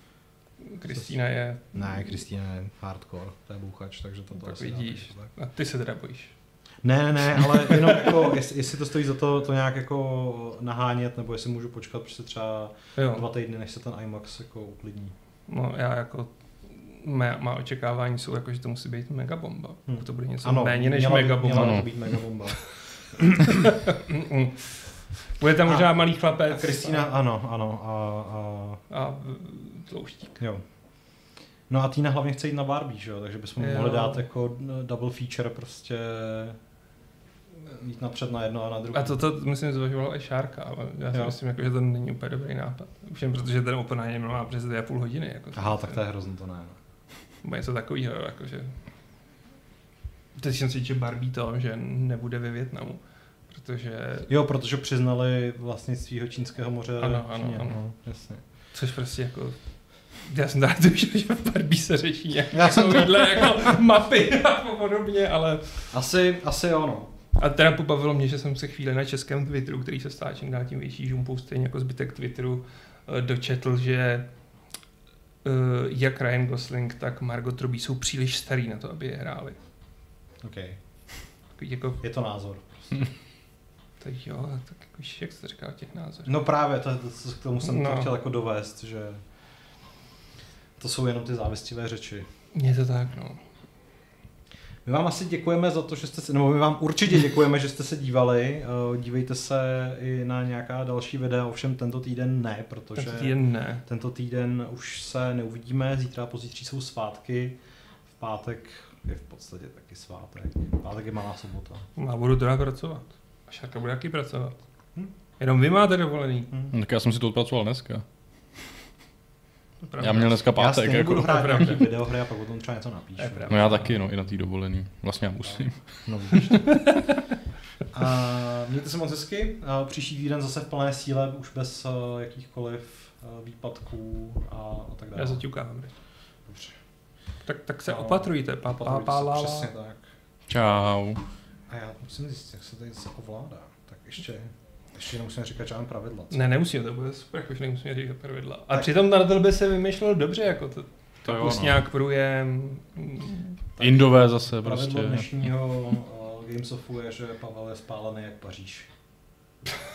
Kristýna je... Ne, Kristýna je hardcore, to je bouchač, takže to, to tak asi vidíš. A ty se teda bojíš. Ne, ne, ale jenom jako, jestli, jestli to stojí za to, to nějak jako nahánět, nebo jestli můžu počkat prostě třeba jo. dva týdny, než se ten IMAX jako uklidní. No já jako, má, má očekávání jsou jako, že to musí být megabomba. Hmm. To bude něco ano, méně než megabomba. Ano, to být megabomba. Bude tam možná malý chlapec. A Kristýna, a... ano, ano. A, a... a tlouštík. Jo. No a Týna hlavně chce jít na Barbie, že jo? Takže bychom jo. mohli dát jako double feature prostě jít napřed na jedno a na druhé. A to, to myslím zvažovalo i Šárka, ale já si jo. myslím, jako, že to není úplně dobrý nápad. Už jen protože ten Oppenheimer má přes dvě a půl hodiny. Jako, aha, tak to je hrozně, to ne. Bude něco takového, jakože... Teď jsem si říct, že Barbie to, že nebude ve Vietnamu. Protože... Jo, protože přiznali vlastnictví čínského moře. Ano, ano, Číně. ano. No, jasně. Což prostě jako... Já jsem tady tušil, že v Barbie se řeší nějaké takovýhle jako mapy a podobně, ale... Asi, asi jo, no. A teda pobavilo mě, že jsem se chvíli na českém Twitteru, který se stává čím dál tím větší žumpou, stejně jako zbytek Twitteru, dočetl, že jak Ryan Gosling, tak Margot Robbie jsou příliš starý na to, aby je hráli. OK. Jako... Je to názor. Tak jo, tak jako, jak jsi to říkal o těch názorech? No právě, to, to, to, k tomu jsem no. to chtěl jako dovést, že to jsou jenom ty závistivé řeči. Je to tak, no. My vám asi děkujeme za to, že jste se, nebo my vám určitě děkujeme, že jste se dívali. Dívejte se i na nějaká další videa, ovšem tento týden ne, protože tento týden ne. Tento týden už se neuvidíme, zítra a pozítří jsou svátky, v pátek je v podstatě taky svátek, v pátek je malá sobota. Já budu teda pracovat. A Šárka bude taky pracovat. Hm? Jenom vy máte dovolený. Hm. Tak já jsem si to odpracoval dneska. Já měl dneska pátek. Já jako. budu hrát nějaký videohry a pak potom třeba něco napíšu. No já taky, no, i na té dovolený. Vlastně já musím. No, vidíš. A mějte se moc hezky. A příští týden zase v plné síle, už bez uh, jakýchkoliv uh, výpadků a, a tak dále. Já zaťukám. Dobře. Tak, tak se no, opatrujte. Pa, pa, pa, la, la. Přesně tak. Čau. A já musím zjistit, jak se tady se ovládá. Tak ještě... Ještě nemusíme říkat žádná pravidla. Co? Ne, nemusíme, to bude super, jako, že nemusíme říkat pravidla. A tak. Přitom na by se vymýšlelo dobře, jako to, to jo, nějak no. průjem. Indové zase pravidlo prostě. Pravidlo dnešního uh, Gamesofu je, že Pavel je spálený jak Paříž.